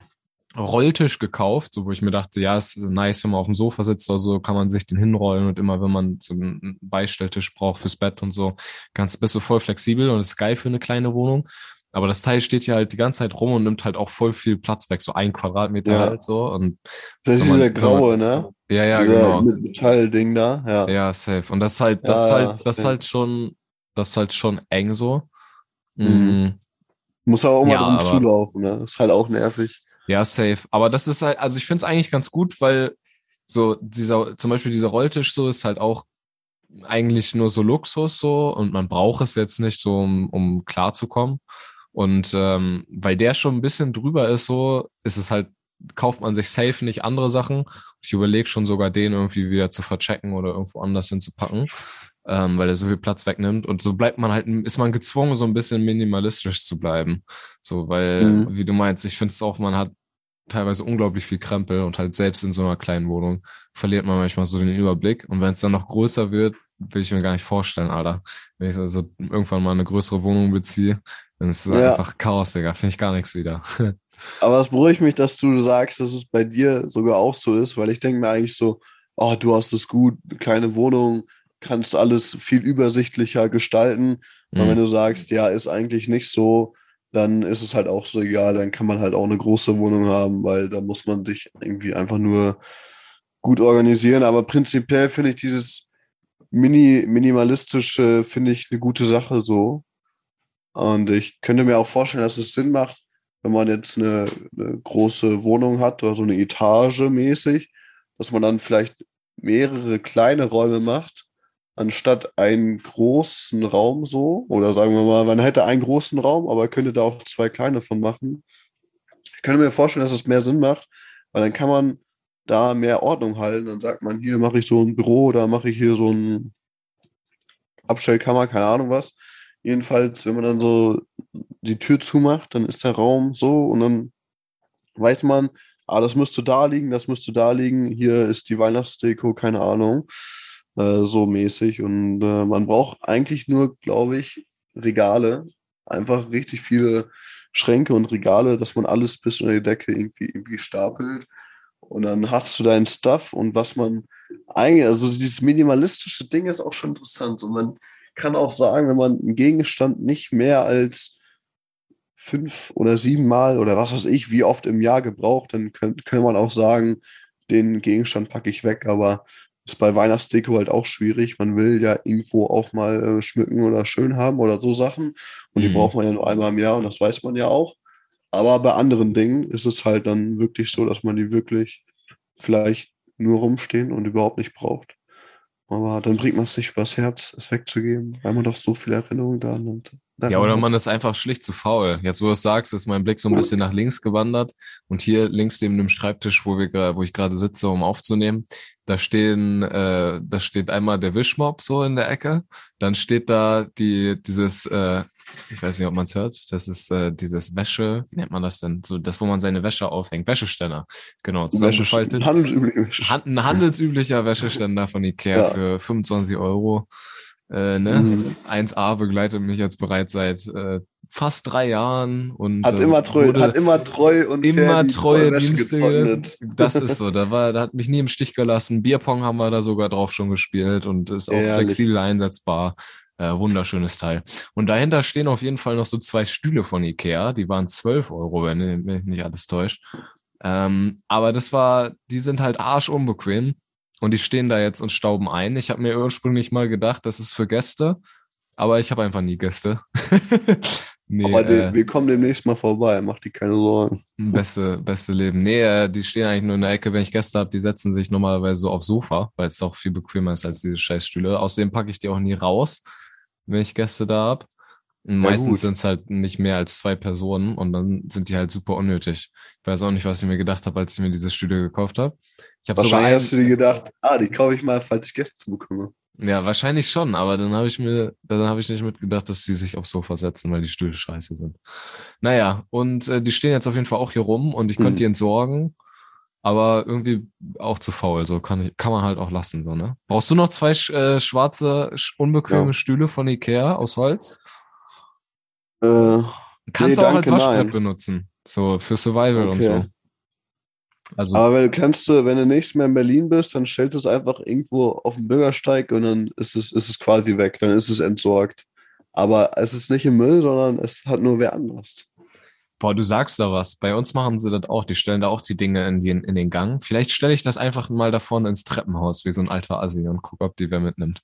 Rolltisch gekauft, so wo ich mir dachte, ja, ist nice, wenn man auf dem Sofa sitzt oder so, kann man sich den hinrollen und immer, wenn man so einen Beistelltisch braucht fürs Bett und so, bist du voll flexibel und ist geil für eine kleine Wohnung. Aber das Teil steht hier halt die ganze Zeit rum und nimmt halt auch voll viel Platz weg, so 1 Quadratmeter Ja. halt so. Und Das ist dieser graue, ne? ja, Dieser genau. Metallding da, ja. Ja, safe. Und Ja, ja, safe. das ist halt schon eng so. Mhm. Mm, Muss aber auch mal ja, drum aber zulaufen, ne? Ist halt auch nervig. Ja, safe. Aber das ist halt, also ich finde es eigentlich ganz gut, weil so zum Beispiel dieser Rolltisch so ist halt auch eigentlich nur so Luxus so und man braucht es jetzt nicht so, um klarzukommen. Und weil der schon ein bisschen drüber ist, so ist es halt, kauft man sich safe nicht andere Sachen. Ich überlege schon sogar den irgendwie wieder zu verchecken oder irgendwo anders hinzupacken, weil er so viel Platz wegnimmt. Und so bleibt man halt, ist man gezwungen, so ein bisschen minimalistisch zu bleiben. So, weil, Mhm. wie du meinst, ich finde es auch, man hat teilweise unglaublich viel Krempel und halt selbst in so einer kleinen Wohnung verliert man manchmal so den Überblick. Und wenn es dann noch größer wird, will ich mir gar nicht vorstellen, Alter. Wenn ich also irgendwann mal eine größere Wohnung beziehe, dann ist es Ja, einfach Chaos, Digga. Finde ich gar nichts wieder. aber es beruhigt mich, dass du sagst, dass es bei dir sogar auch so ist, weil ich denke mir eigentlich so, oh, du hast es gut, kleine Wohnung, kannst alles viel übersichtlicher gestalten. Und wenn Mhm. du sagst, ja, ist eigentlich nicht so, dann ist es halt auch so egal, dann kann man halt auch eine große Wohnung haben, weil da muss man sich irgendwie einfach nur gut organisieren. Aber prinzipiell finde ich dieses minimalistische, finde ich eine gute Sache so. Und ich könnte mir auch vorstellen, dass es Sinn macht, wenn man jetzt eine große Wohnung hat oder so eine Etage mäßig, dass man dann vielleicht mehrere kleine Räume macht, anstatt einen großen Raum so. Oder sagen wir mal, man hätte einen großen Raum, aber könnte da auch zwei kleine von machen. Ich könnte mir vorstellen, dass es mehr Sinn macht, weil dann kann man da mehr Ordnung halten. Dann sagt man, hier mache ich so ein Büro, da mache ich hier so ein Abstellkammer, keine Ahnung was. Jedenfalls, wenn man dann so die Tür zumacht, dann ist der Raum so und dann weiß man, ah, das müsste da liegen, das müsste da liegen, hier ist die Weihnachtsdeko, keine Ahnung, so mäßig. Und man braucht eigentlich nur, glaube ich, Regale, einfach richtig viele Schränke und Regale, dass man alles bis unter die Decke irgendwie stapelt. Und dann hast du deinen Stuff und was man eigentlich, also dieses minimalistische Ding ist auch schon interessant. Und man kann auch sagen, wenn man einen Gegenstand nicht mehr als 5 oder 7 Mal oder was weiß ich, wie oft im Jahr gebraucht, dann kann man auch sagen, den Gegenstand packe ich weg. Aber ist bei Weihnachtsdeko halt auch schwierig. Man will ja irgendwo auch mal schmücken oder schön haben oder so Sachen. Und die Mhm. braucht man ja nur einmal im Jahr und das weiß man ja auch. Aber bei anderen Dingen ist es halt dann wirklich so, dass man die wirklich vielleicht nur rumstehen und überhaupt nicht braucht. Aber dann bringt man es nicht übers Herz, es wegzugeben, weil man doch so viele Erinnerungen Ja, daran oder hat. man ist einfach schlicht zu faul. Jetzt, wo du es sagst, ist mein Blick so ein bisschen nach links gewandert. Und hier links neben dem Schreibtisch, wo ich gerade sitze, um aufzunehmen, da steht einmal der Wischmopp so in der Ecke. Dann steht da ich weiß nicht, ob man es hört, das ist dieses wie nennt man das denn? So, das, wo man seine Wäsche aufhängt. Wäscheständer. Genau, Ein zusammengefaltet. handelsübliche Wäsche. Ein handelsüblicher Wäscheständer von Ikea Ja. für 25 €. Ne? Mhm. 1A begleitet mich jetzt bereits seit fast 3 Jahren und Hat wurde immer treu und fair immer die treue Wäsche Dienste geleistet. getrocknet. Das ist so. Da hat mich nie im Stich gelassen. Bierpong haben wir da sogar drauf schon gespielt und ist auch Ehrlich. flexibel einsetzbar. Wunderschönes Teil. Und dahinter stehen auf jeden Fall noch so 2 Stühle von Ikea. Die waren 12 €, wenn mich nicht alles täuscht. Aber die sind halt arschunbequem und die stehen da jetzt und stauben ein. Ich habe mir ursprünglich mal gedacht, das ist für Gäste, aber ich habe einfach nie Gäste. Nee, Aber wir kommen demnächst mal vorbei, mach dir keine Sorgen. beste Leben. Nee, die stehen eigentlich nur in der Ecke, wenn ich Gäste habe, die setzen sich normalerweise so aufs Sofa, weil es auch viel bequemer ist als diese Scheißstühle. Außerdem packe ich die auch nie raus, wenn ich Gäste da habe. Und Ja, meistens gut. sind es halt nicht mehr als 2 Personen und dann sind die halt super unnötig. Ich weiß auch nicht, was ich mir gedacht habe, als ich mir diese Stühle gekauft habe. Ich habe sogar Wahrscheinlich hast einen, du dir gedacht, ah, die kaufe ich mal, falls ich Gäste bekomme. ja, wahrscheinlich schon, aber dann habe ich nicht mitgedacht, dass sie sich aufs Sofa setzen, weil die Stühle scheiße sind. Naja, und die stehen jetzt auf jeden Fall auch hier rum und ich könnte Hm. die entsorgen, aber irgendwie auch zu faul, so kann man halt auch lassen, so, ne? Brauchst du noch 2 schwarze, unbequeme Ja. Stühle von Ikea aus Holz? Äh, nee, Kannst du auch als danke, Waschbrett nein. benutzen, so für Survival und Okay. so. Also, Aber wenn du nächstes Mal in Berlin bist, dann stellst du es einfach irgendwo auf den Bürgersteig und dann ist es quasi weg, dann ist es entsorgt. Aber es ist nicht im Müll, sondern es hat nur wer anders. boah, du sagst da was. Bei uns machen sie das auch. Die stellen da auch die Dinge in den Gang. Vielleicht stelle ich das einfach mal da vorne ins Treppenhaus, wie so ein alter Assi und gucke, ob die wer mitnimmt.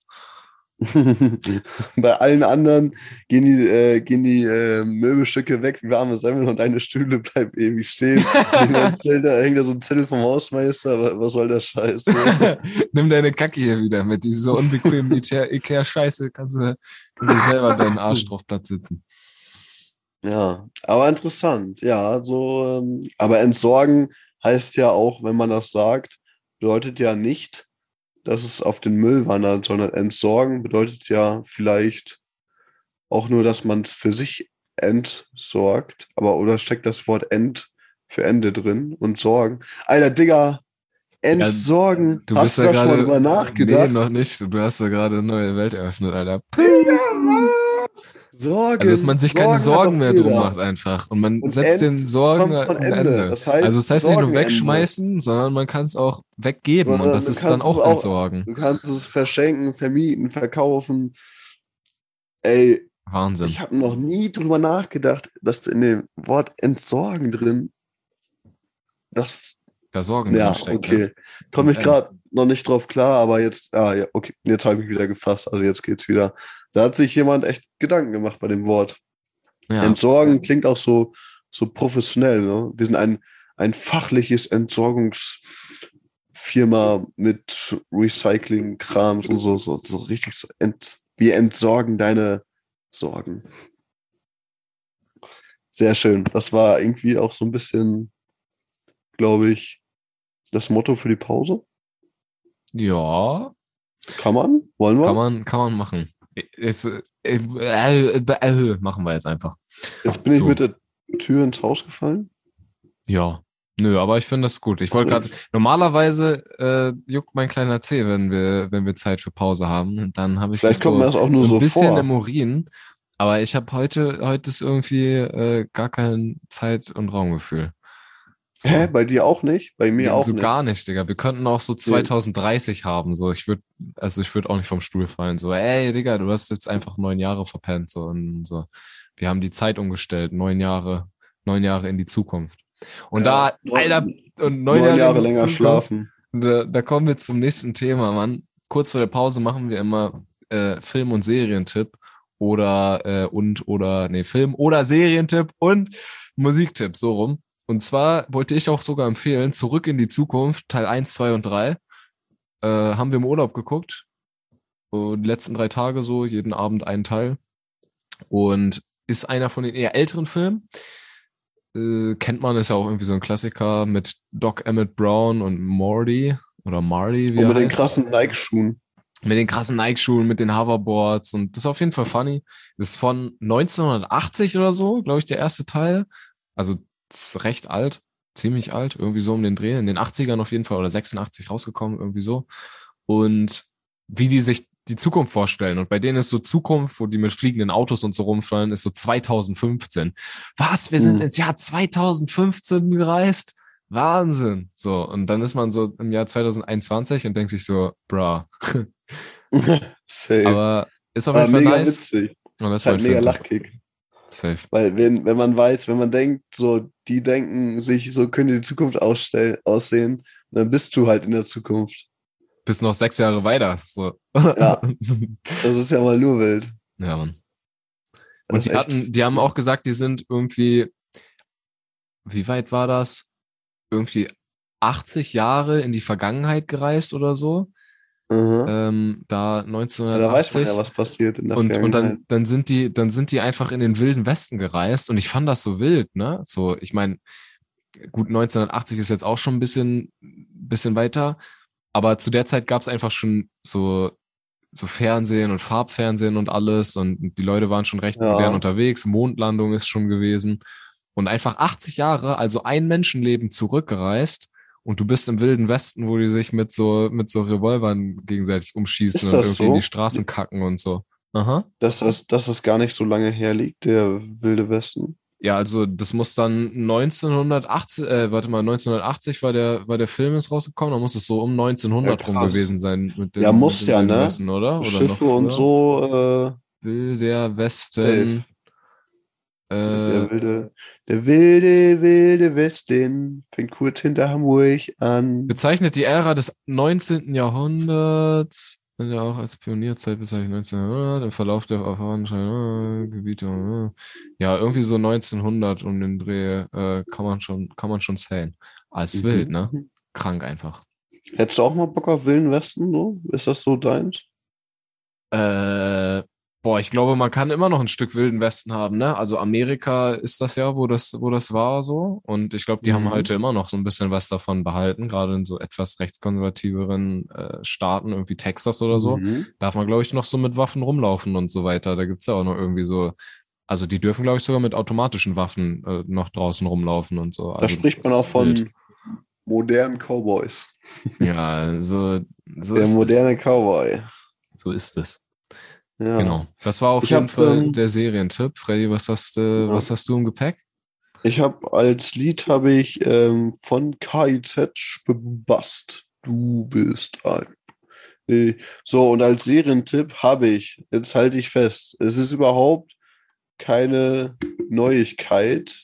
Bei allen anderen gehen die Möbelstücke weg wie warme Semmeln und deine Stühle bleiben ewig stehen. Da hängt da so ein Zettel vom Hausmeister, was soll der Scheiß? Ne? Nimm deine Kacke hier wieder mit. Diese unbequemen Ikea-Scheiße kannst du selber deinen Arsch drauf Platz sitzen. Ja, aber interessant. Ja, so, aber entsorgen heißt ja auch, wenn man das sagt, bedeutet ja nicht, dass es auf den Müll wandert, sondern entsorgen bedeutet ja vielleicht auch nur, dass man es für sich entsorgt. Aber oder steckt das Wort Ent für Ende drin und sorgen? Alter, Digga, Ja, entsorgen. du bist Hast du ja da schon mal gerade. drüber Nee, nachgedacht? noch nicht. Du hast ja gerade eine neue Welt eröffnet, Alter. Digga, Puh. was? Also, dass man Sorgen. sich keine Sorgen hat Sorgen doch mehr drum jeder. macht einfach. Und man Und setzt den End Sorgen kommt von ein Ende. Ende. Das Also das heißt heißt nicht nur Sorgenende. wegschmeißen, sondern man kann es auch weggeben. Und Sondern das ist dann auch Entsorgen. du kannst es verschenken, vermieten, verkaufen. Ey, Wahnsinn. ich habe noch nie drüber nachgedacht, dass in dem Wort entsorgen drin, das, Da Sorgen drin ja, steckt, ne? okay. Komme Und ich gerade noch nicht drauf klar, aber jetzt, ja, okay, jetzt habe ich mich wieder gefasst, also jetzt geht's wieder. Da hat sich jemand echt Gedanken gemacht bei dem Wort. Ja. Entsorgen klingt auch so professionell, ne? Wir sind ein fachliches Entsorgungsfirma mit Recycling-Krams und so richtig so wir entsorgen deine Sorgen. Sehr schön. Das war irgendwie auch so ein bisschen, glaube ich, das Motto für die Pause. Ja, Kann man? Wollen wir? kann man machen. Machen wir jetzt einfach. Jetzt bin ich So. mit der Tür ins Haus gefallen. Ja. Nö, aber ich finde das gut. Ich wollte gerade, normalerweise juckt mein kleiner Zeh, wenn wir Zeit für Pause haben. Und dann habe ich mich Vielleicht kommt mir das auch nur so ein so bisschen im vor. Urin. Aber ich habe heute ist irgendwie gar kein Zeit- und Raumgefühl. Hä? So. Bei dir auch nicht? Bei mir auch So gar nicht. nicht, Digga. Wir könnten auch so Nee. 2030 haben. So, ich würde auch nicht vom Stuhl fallen. So, ey, Digga, du hast jetzt einfach 9 Jahre verpennt. So, und so. Wir haben die Zeit umgestellt. 9 Jahre in die Zukunft. Und Ja, da, Alter, und 9 Jahre in die länger Zukunft. schlafen. Da kommen wir zum nächsten Thema, Mann. Kurz vor der Pause machen wir immer Film- und Serientipp Film- oder Serientipp und Musiktipp, so rum. Und zwar wollte ich auch sogar empfehlen, Zurück in die Zukunft, Teil 1, 2 und 3. Haben wir im Urlaub geguckt. Die letzten 3 Tage so, jeden Abend einen Teil. Und ist einer von den eher älteren Filmen. Kennt man, ist ja auch irgendwie so ein Klassiker mit Doc Emmett Brown und Morty oder Marty, wie Und er mit den heißt. krassen Nike-Schuhen. Mit den krassen Nike-Schuhen, mit den Hoverboards und das ist auf jeden Fall funny. Das ist von 1980 oder so, glaube ich, der erste Teil. Also ist recht alt, ziemlich alt, irgendwie so um den Dreh. In den 80ern auf jeden Fall oder 86 rausgekommen, irgendwie so. Und wie die sich die Zukunft vorstellen. Und bei denen ist so Zukunft, wo die mit fliegenden Autos und so rumfallen, ist so 2015. Was? Wir sind Hm. ins Jahr 2015 gereist? Wahnsinn. So, und dann ist man so im Jahr 2021 und denkt sich so, bruh. Safe. Aber ist auf Aber jeden Fall mega nice. witzig. Und das Ist ist halt mein mega Filmtipp. Lachkick. Safe. Weil wenn man weiß, wenn man denkt, so, die denken sich, so könnte die Zukunft aussehen, dann bist du halt in der Zukunft. Bis noch 6 Jahre weiter. So. Ja, das ist ja mal nur wild. Ja, Mann. Und Das ist echt. die haben auch gesagt, die sind irgendwie, wie weit war das? Irgendwie 80 Jahre in die Vergangenheit gereist oder so. Aha. Da Ja, da weiß man ja, 1980. was passiert in der Und Vergangenheit. dann sind die einfach in den wilden Westen gereist. Und ich fand das so wild, ne? So, ich meine, gut, 1980 ist jetzt auch schon ein bisschen weiter. Aber zu der Zeit gab es einfach schon so Fernsehen und Farbfernsehen und alles. Und die Leute waren schon recht modern Ja. unterwegs. Mondlandung ist schon gewesen. Und einfach 80 Jahre, also ein Menschenleben zurückgereist. Und du bist im Wilden Westen, wo die sich mit so Revolvern gegenseitig umschießen Ist und das irgendwie in die so? Straßen kacken und so. Aha. Dass das gar nicht so lange her liegt, der Wilde Westen? Ja, also das muss dann 1980 war der Film ist rausgekommen, dann muss es so um Ja, 1900 rum krass. gewesen sein mit Ja, den, mit muss den ja, Wilden ne? Westen, oder? Oder noch Schiffe und früher? so, Wilder safe. Westen, Der äh, wilde, wilde Westen fängt kurz hinter Hamburg an. bezeichnet die Ära des 19. Jahrhunderts, ja auch als Pionierzeit bezeichnet 1900, im Verlauf der erfahrenen Gebiete, ja, irgendwie so 1900 um den Dreh, kann man schon zählen. Als wild, ne? Mhm. Krank einfach. Hättest du auch mal Bock auf Wilden Westen, so? Ist das so deins? Äh, ich glaube, man kann immer noch ein Stück Wilden Westen haben, ne? Also Amerika ist das ja, wo das war so. Und ich glaube, die haben Mhm. heute immer noch so ein bisschen was davon behalten, gerade in so etwas rechtskonservativeren Staaten, irgendwie Texas oder so. Mhm. Darf man, glaube ich, noch so mit Waffen rumlaufen und so weiter. Da gibt's ja auch noch irgendwie so, also die dürfen, glaube ich, sogar mit automatischen Waffen noch draußen rumlaufen und so. Da Also spricht man das auch ist wild. von modernen Cowboys. Ja, so Der ist es. moderne Cowboy. So ist es. Ja. Genau. Das war auf Ich jeden habe Fall der Serientipp. Freddy, was ja. hast du im Gepäck? Ich habe als Lied von KIZ Bast. Du bist ein. So, und als Serientipp habe ich, jetzt halte ich fest, es ist überhaupt keine Neuigkeit,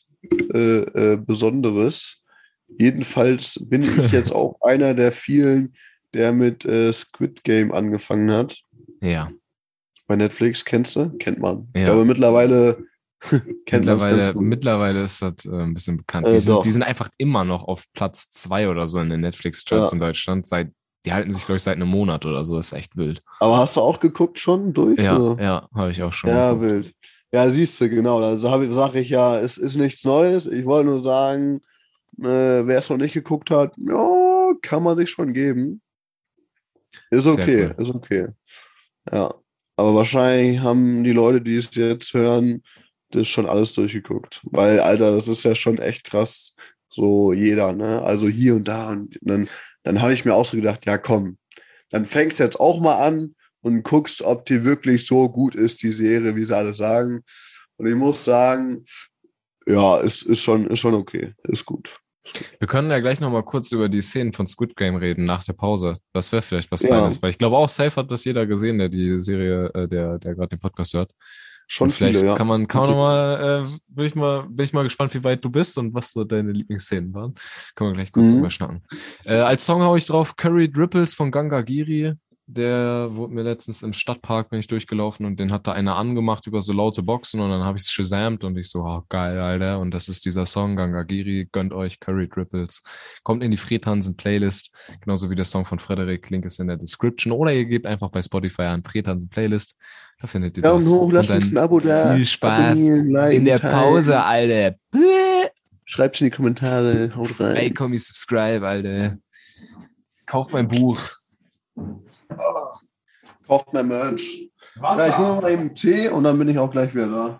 Besonderes. Jedenfalls bin ich jetzt auch einer der vielen, der mit Squid Game angefangen hat. Ja, Bei Netflix, kennst du? Kennt man. Ich ja. glaube, mittlerweile kennt man es ganz Mittlerweile, gut. mittlerweile ist das ein bisschen bekannt. Die Doch. sind einfach immer noch auf Platz 2 oder so in den Netflix-Charts Ja. in Deutschland. Die halten sich, glaube ich, seit einem Monat oder so. Ist echt wild. Aber hast du auch geguckt schon durch, Ja, oder? ja, habe ich auch schon Ja, geguckt. wild. Ja, siehst du, genau. Also sage ich ja, es ist nichts Neues. Ich wollte nur sagen, wer es noch nicht geguckt hat, ja, kann man sich schon geben. Ist Sehr okay, cool. ist okay. Ja. Aber wahrscheinlich haben die Leute, die es jetzt hören, das schon alles durchgeguckt. Weil, Alter, das ist ja schon echt krass. So jeder, ne? Also hier und da. Und dann habe ich mir auch so gedacht, ja, komm, dann fängst du jetzt auch mal an und guckst, ob die wirklich so gut ist, die Serie, wie sie alle sagen. Und ich muss sagen, ja, ist schon okay. Ist gut. Wir können ja gleich nochmal kurz über die Szenen von Squid Game reden nach der Pause. Das wäre vielleicht was Ja, Feines, weil ich glaube auch safe hat das jeder gesehen, der die Serie, der gerade den Podcast hört. Und schon viele, vielleicht ja. kann man noch mal, bin ich mal gespannt, wie weit du bist und was so deine Lieblingsszenen waren. Können wir gleich kurz drüber Mhm. schnacken. Als Song haue ich drauf Curried Ripples von Ganga Giri. Der wurde mir letztens im Stadtpark, bin ich durchgelaufen und den hat da einer angemacht über so laute Boxen und dann habe ich es shazamt und ich so, oh, geil, Alter. Und das ist dieser Song, Ganga Giri, gönnt euch Curried Ripples. Kommt in die Fred Hansen Playlist, genauso wie der Song von Frederik, Link ist in der Description oder ihr gebt einfach bei Spotify an Fred Hansen Playlist. Da findet ihr Daumen das. hoch, Und lasst uns dann ein Abo da. viel Spaß Abonnieren, in liken, der Pause, teilen. Alter. Schreibt's in die Kommentare. Haut Ey, rein. komm, ich subscribe, Alter. Kauf mein Buch. Kauft mein Merch. Ja, ich hole mal eben einen Tee und dann bin ich auch gleich wieder da.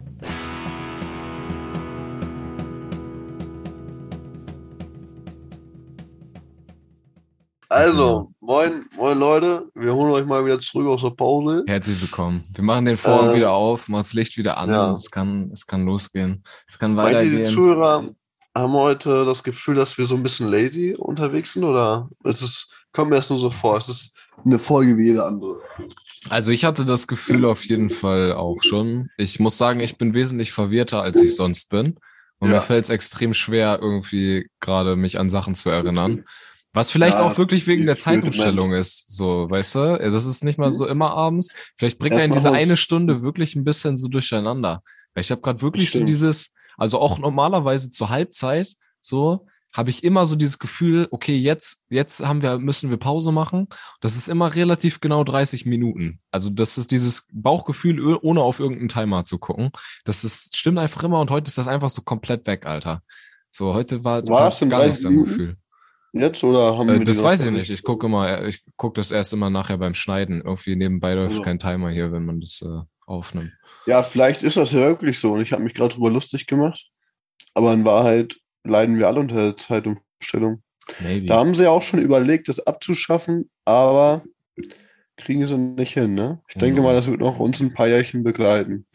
Also, moin, moin Leute. Wir holen euch mal wieder zurück aus der Pause. Herzlich willkommen. Wir machen den Vorhang wieder Ähm, auf, machen das Licht wieder an und ja. es kann losgehen. Es kann Meint ihr, die weitergehen. Zuhörer haben heute das Gefühl, dass wir so ein bisschen lazy unterwegs sind? Oder kommt mir das nur so vor? Es ist eine Folge wie jede andere. Also ich hatte das Gefühl auf jeden Fall auch schon. Ich muss sagen, ich bin wesentlich verwirrter, als ich sonst bin. Und mir Ja. fällt es extrem schwer, irgendwie gerade mich an Sachen zu erinnern. Was vielleicht Ja, auch das wirklich wegen der fühlt man. Zeitumstellung ist, so, weißt du? Das ist nicht mal so immer abends. Vielleicht bringt einen Erstmal diese eine Haus. Stunde wirklich ein bisschen so durcheinander. Weil ich habe gerade wirklich so Stimmt. dieses, also auch normalerweise zur Halbzeit, so, habe ich immer so dieses Gefühl, okay, jetzt müssen wir Pause machen. Das ist immer relativ genau 30 Minuten. Also das ist dieses Bauchgefühl, ohne auf irgendeinen Timer zu gucken. Stimmt einfach immer und heute ist das einfach so komplett weg, Alter. So, heute War war das in gar 30 nichts am Minuten? Gefühl. Jetzt oder haben wir die Das noch weiß gar ich nicht. Ich gucke das erst immer nachher beim Schneiden. Irgendwie nebenbei läuft Also, kein Timer hier, wenn man das aufnimmt. ja, vielleicht ist das ja wirklich so und ich habe mich gerade drüber lustig gemacht. Aber in Wahrheit leiden wir alle unter der Zeitumstellung. Da Maybe. haben sie ja auch schon überlegt, das abzuschaffen, aber kriegen sie nicht hin, ne? Ich denke mal, Ja. das wird noch uns ein paar Jährchen begleiten.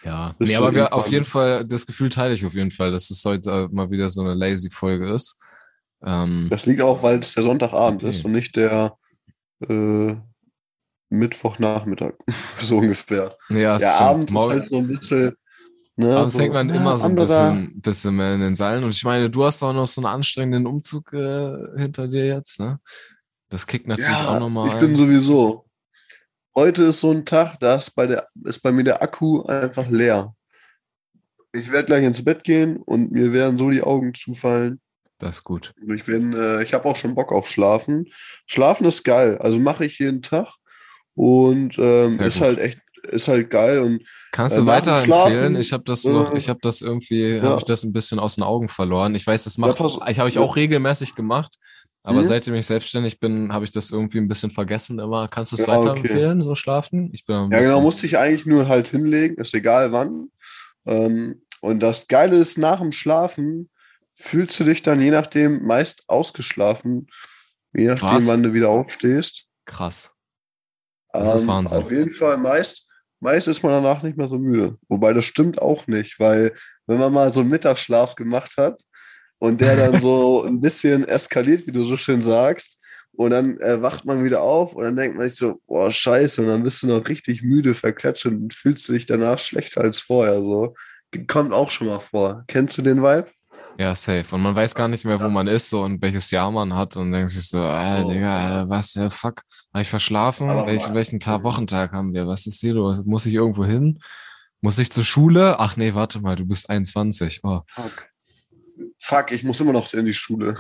Ja. Bis Nee, so aber wir auf irgendwann. jeden Fall, das Gefühl teile ich auf jeden Fall, dass es heute mal wieder so eine lazy Folge ist. Das liegt auch, weil es der Sonntagabend ist Okay. und nicht der äh, Mittwochnachmittag, so ungefähr. Ja, es Der stimmt. Abend ist halt so ein bisschen, ne, Abends hängt so, man immer so ein anderer. bisschen mehr in den Seilen. Und ich meine, du hast auch noch so einen anstrengenden Umzug hinter dir jetzt, ne? Das kickt natürlich auch Ja, ich nochmal bin ein. sowieso. Heute ist so ein Tag, da ist bei mir der Akku einfach leer. Ich werde gleich ins Bett gehen und mir werden so die Augen zufallen. Das ist gut. Und ich habe auch schon Bock auf Schlafen. Schlafen ist geil. Also mache ich jeden Tag und Sehr gut. ist halt geil. Und Kannst du nach dem weiterempfehlen? Schlafen, Ich habe das irgendwie, habe ich ja, das ein bisschen aus den Augen verloren. Ich weiß, ja, pass, habe ich ja, auch regelmäßig gemacht, aber hm? seitdem ich selbstständig bin, habe ich das irgendwie ein bisschen vergessen immer. Kannst du es Ja, okay. weiterempfehlen, so schlafen? Ich bin ein Ja, genau, bisschen, musste ich eigentlich nur halt hinlegen, ist egal wann. Und das Geile ist, nach dem Schlafen fühlst du dich dann je nachdem meist ausgeschlafen, je nachdem, wann was? du wieder aufstehst. Krass. Das ist Wahnsinn. Auf jeden Fall meist ist man danach nicht mehr so müde. Wobei das stimmt auch nicht, weil wenn man mal so einen Mittagsschlaf gemacht hat und der dann so ein bisschen eskaliert, wie du so schön sagst, und dann wacht man wieder auf und dann denkt man sich so, boah, scheiße, und dann bist du noch richtig müde, verklatscht und fühlst dich danach schlechter als vorher. So. Kommt auch schon mal vor. Kennst du den Vibe? Ja, safe. Und man weiß gar nicht mehr, wo Ja. man ist so und welches Jahr man hat und denkt sich so, Oh, Digga, ja. was, fuck, habe ich verschlafen? Aber mal, Welchen Tag, Wochentag haben wir? Was ist hier los? Muss ich irgendwo hin? Muss ich zur Schule? Ach nee, warte mal, du bist 21. Oh. fuck. Fuck, ich muss immer noch in die Schule.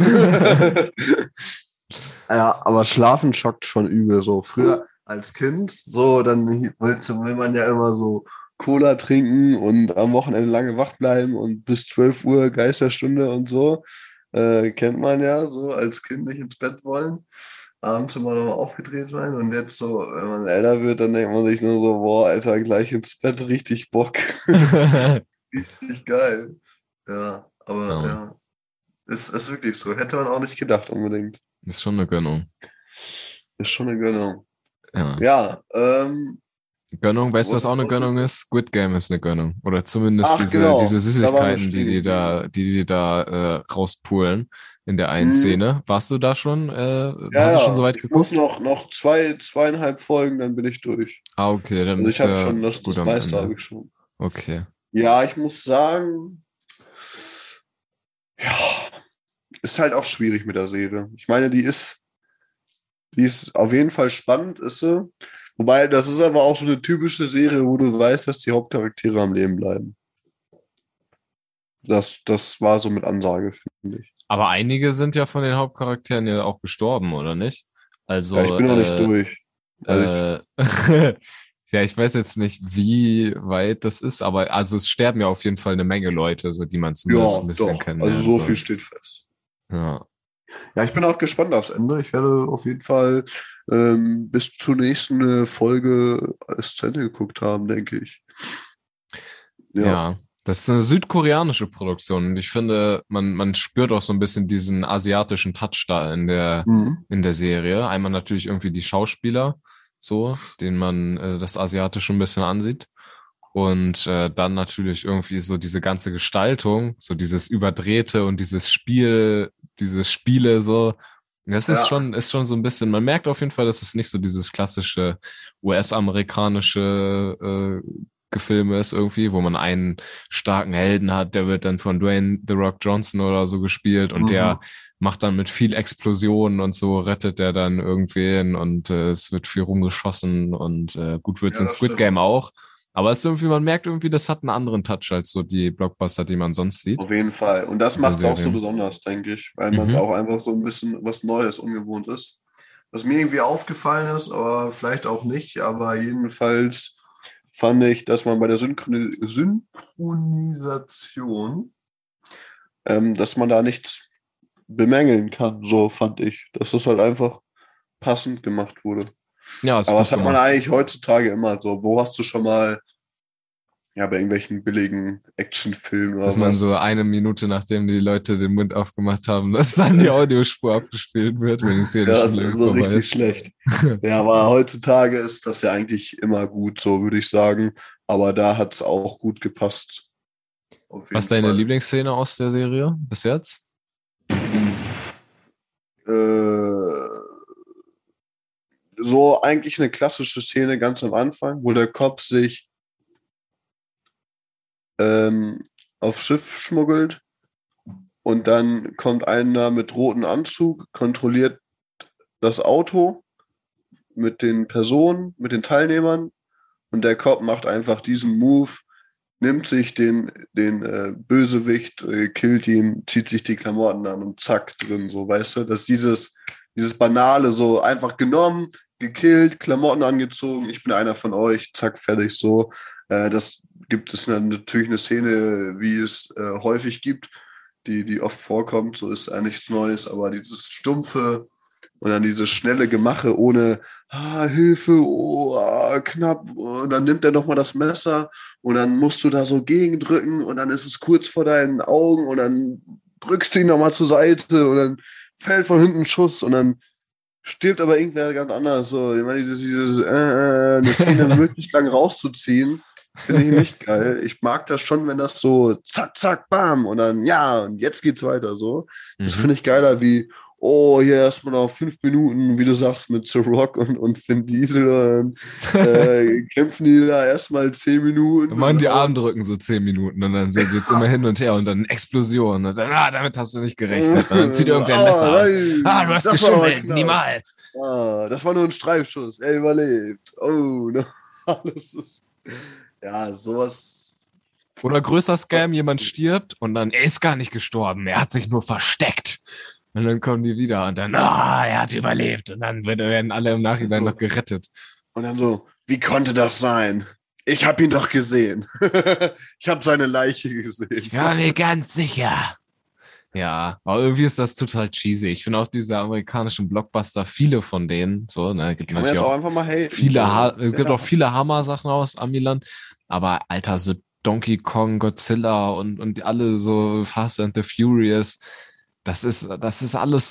Ja, aber Schlafen schockt schon übel. So früher als Kind, so dann will man ja immer so Cola trinken und am Wochenende lange wach bleiben und bis 12 Uhr Geisterstunde und so. Kennt man ja so als Kind nicht ins Bett wollen. Abends immer noch aufgedreht sein und jetzt so, wenn man älter wird, dann denkt man sich nur so, boah, Alter, gleich ins Bett, richtig Bock. Richtig geil. Ja, aber Ja, ja, ist wirklich so. Hätte man auch nicht gedacht unbedingt. ist schon eine Gönnung. Ist schon eine Gönnung. Ja. Ja, Gönnung, weißt du, was auch und, eine Gönnung ist? Squid Game ist eine Gönnung. Oder zumindest ach diese genau, da waren wir Süßigkeiten, stehen geblieben. die da rauspulen in der einen Mhm. Szene. Warst du da schon? Ja, Hast du schon so ja, weit ich muss geguckt? noch zweieinhalb Folgen, dann bin ich durch. Ah, okay, dann Also ich bist du habe ja schon, gut das am meiste habe Ende. ich schon. Okay. Ja, ich muss sagen, ja, ist halt auch schwierig mit der Serie. Ich meine, die ist auf jeden Fall spannend, ist sie. Wobei, das ist aber auch so eine typische Serie, wo du weißt, dass die Hauptcharaktere am Leben bleiben. Das war so mit Ansage, finde ich. Aber einige sind ja von den Hauptcharakteren ja auch gestorben, oder nicht? Ja, ich Also, bin noch nicht durch. Also ich, äh, ja, ich weiß jetzt nicht, wie weit das ist, aber also es sterben ja auf jeden Fall eine Menge Leute, so die man zumindest ein ja, bisschen doch. Also kennenlernen so viel soll. steht fest. Ja, Ja, ich bin auch gespannt aufs Ende. Ich werde auf jeden Fall bis zur nächsten Folge es zu Ende geguckt haben, denke ich. Ja. ja. Das ist eine südkoreanische Produktion und ich finde, man spürt auch so ein bisschen diesen asiatischen Touch da Mhm. in der Serie. Einmal natürlich irgendwie die Schauspieler, so, denen man das Asiatische ein bisschen ansieht. Und dann natürlich irgendwie so diese ganze Gestaltung, so dieses Überdrehte und diese Spiele so. Das Ja, ist schon so ein bisschen, man merkt auf jeden Fall, dass es nicht so dieses klassische US-amerikanische Gefilme ist irgendwie, wo man einen starken Helden hat, der wird dann von Dwayne The Rock Johnson oder so gespielt und der mhm. macht dann mit viel Explosionen und so, rettet der dann irgendwen und es wird viel rumgeschossen und gut wird's Ja, in das Squid stimmt. Game auch. Aber es ist irgendwie, man merkt irgendwie, das hat einen anderen Touch als so die Blockbuster, die man sonst sieht Auf jeden Fall. Und das in der macht es auch so Serie. besonders, denke ich, weil man es Mhm. auch einfach so ein bisschen was Neues, ungewohnt ist. Was mir irgendwie aufgefallen ist, aber vielleicht auch nicht, aber jedenfalls fand ich, dass man bei der Synchronisation, dass man da nichts bemängeln kann, so fand ich. Dass das halt einfach passend gemacht wurde. Ja, ist Aber gut das hat man gemacht. eigentlich heutzutage immer so. Wo hast du schon mal Ja, bei irgendwelchen billigen Actionfilmen Dass oder man was. so eine Minute, nachdem die Leute den Mund aufgemacht haben, dass dann die Audiospur abgespielt wird, wenn die Szene Ja, schon so, längst so vorbei richtig ist. schlecht. Ja, aber heutzutage ist das ja eigentlich immer gut, so würde ich sagen. Aber da hat es auch gut gepasst. Auf Was jeden ist deine Fall. Lieblingsszene aus der Serie bis jetzt? Äh, so eigentlich eine klassische Szene ganz am Anfang, wo der Kopf sich ähm, aufs Schiff schmuggelt und dann kommt einer mit rotem Anzug, kontrolliert das Auto mit den Personen, mit den Teilnehmern und der Cop macht einfach diesen Move, nimmt sich den Bösewicht, killt ihn, zieht sich die Klamotten an und zack, drin, so, weißt du? Dass dieses Banale so einfach genommen, gekillt, Klamotten angezogen, ich bin einer von euch, zack, fertig, so. Das gibt es natürlich eine Szene, wie es häufig gibt, die oft vorkommt, so ist ja nichts Neues, aber dieses stumpfe und dann dieses schnelle Gemache ohne Hilfe, oh, knapp, und dann nimmt er nochmal das Messer und dann musst du da so gegendrücken und dann ist es kurz vor deinen Augen und dann drückst du ihn nochmal zur Seite und dann fällt von hinten ein Schuss und dann stirbt aber irgendwer ganz anders. So, ich meine, eine Szene möglichst lang rauszuziehen, finde ich nicht geil. Ich mag das schon, wenn das so zack, zack, bam und dann ja, und jetzt geht's weiter so. Das Mhm. finde ich geiler wie, oh, hier erstmal noch 5 Minuten, wie du sagst, mit The Rock und Vin Diesel und kämpfen die da erstmal 10 Minuten Dann machen und die hauen. Armdrücken so 10 Minuten und dann so geht's immer hin und her und dann Explosion und dann, damit hast du nicht gerechnet. Und dann zieht irgendwer ein Messer aus. Du Nein, hast das war aber geschummelt, knapp. niemals. Das war nur ein Streifschuss. Er überlebt. Oh, no. Alles ist. Ja, sowas. Oder größer Scam, jemand stirbt und dann, er ist gar nicht gestorben, er hat sich nur versteckt. Und dann kommen die wieder und dann, er hat überlebt. Und dann werden alle im Nachhinein So. noch gerettet. Und dann so, wie konnte das sein? Ich habe ihn doch gesehen. Ich habe seine Leiche gesehen. Ich war mir ganz sicher. Ja, aber irgendwie ist das total cheesy. Ich finde auch diese amerikanischen Blockbuster, viele von denen, so, ne, gibt Kann man natürlich jetzt auch auch einfach mal haten. viele, So. es gibt Ja. auch viele Hammer-Sachen aus Amiland, aber Alter, so Donkey Kong, Godzilla und alle so Fast and the Furious, das ist alles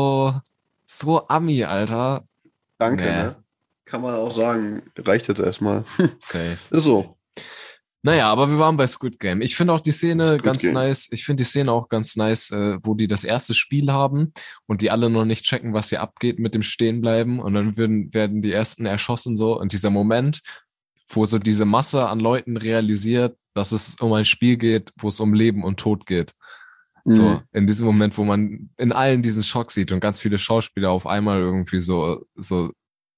so Ami, Alter. Danke, Nee, ne? Kann man auch sagen, reicht jetzt erstmal. safe. Ist so. Naja, aber wir waren bei Squid Game. Ich finde auch die Szene Squid ganz Game. nice. Ich finde die Szene auch ganz nice, wo die das erste Spiel haben und die alle noch nicht checken, was hier abgeht mit dem Stehenbleiben. Und dann werden die ersten erschossen so. Und dieser Moment, wo so diese Masse an Leuten realisiert, dass es um ein Spiel geht, wo es um Leben und Tod geht. So, Mhm. in diesem Moment, wo man in allen diesen Schock sieht und ganz viele Schauspieler auf einmal irgendwie so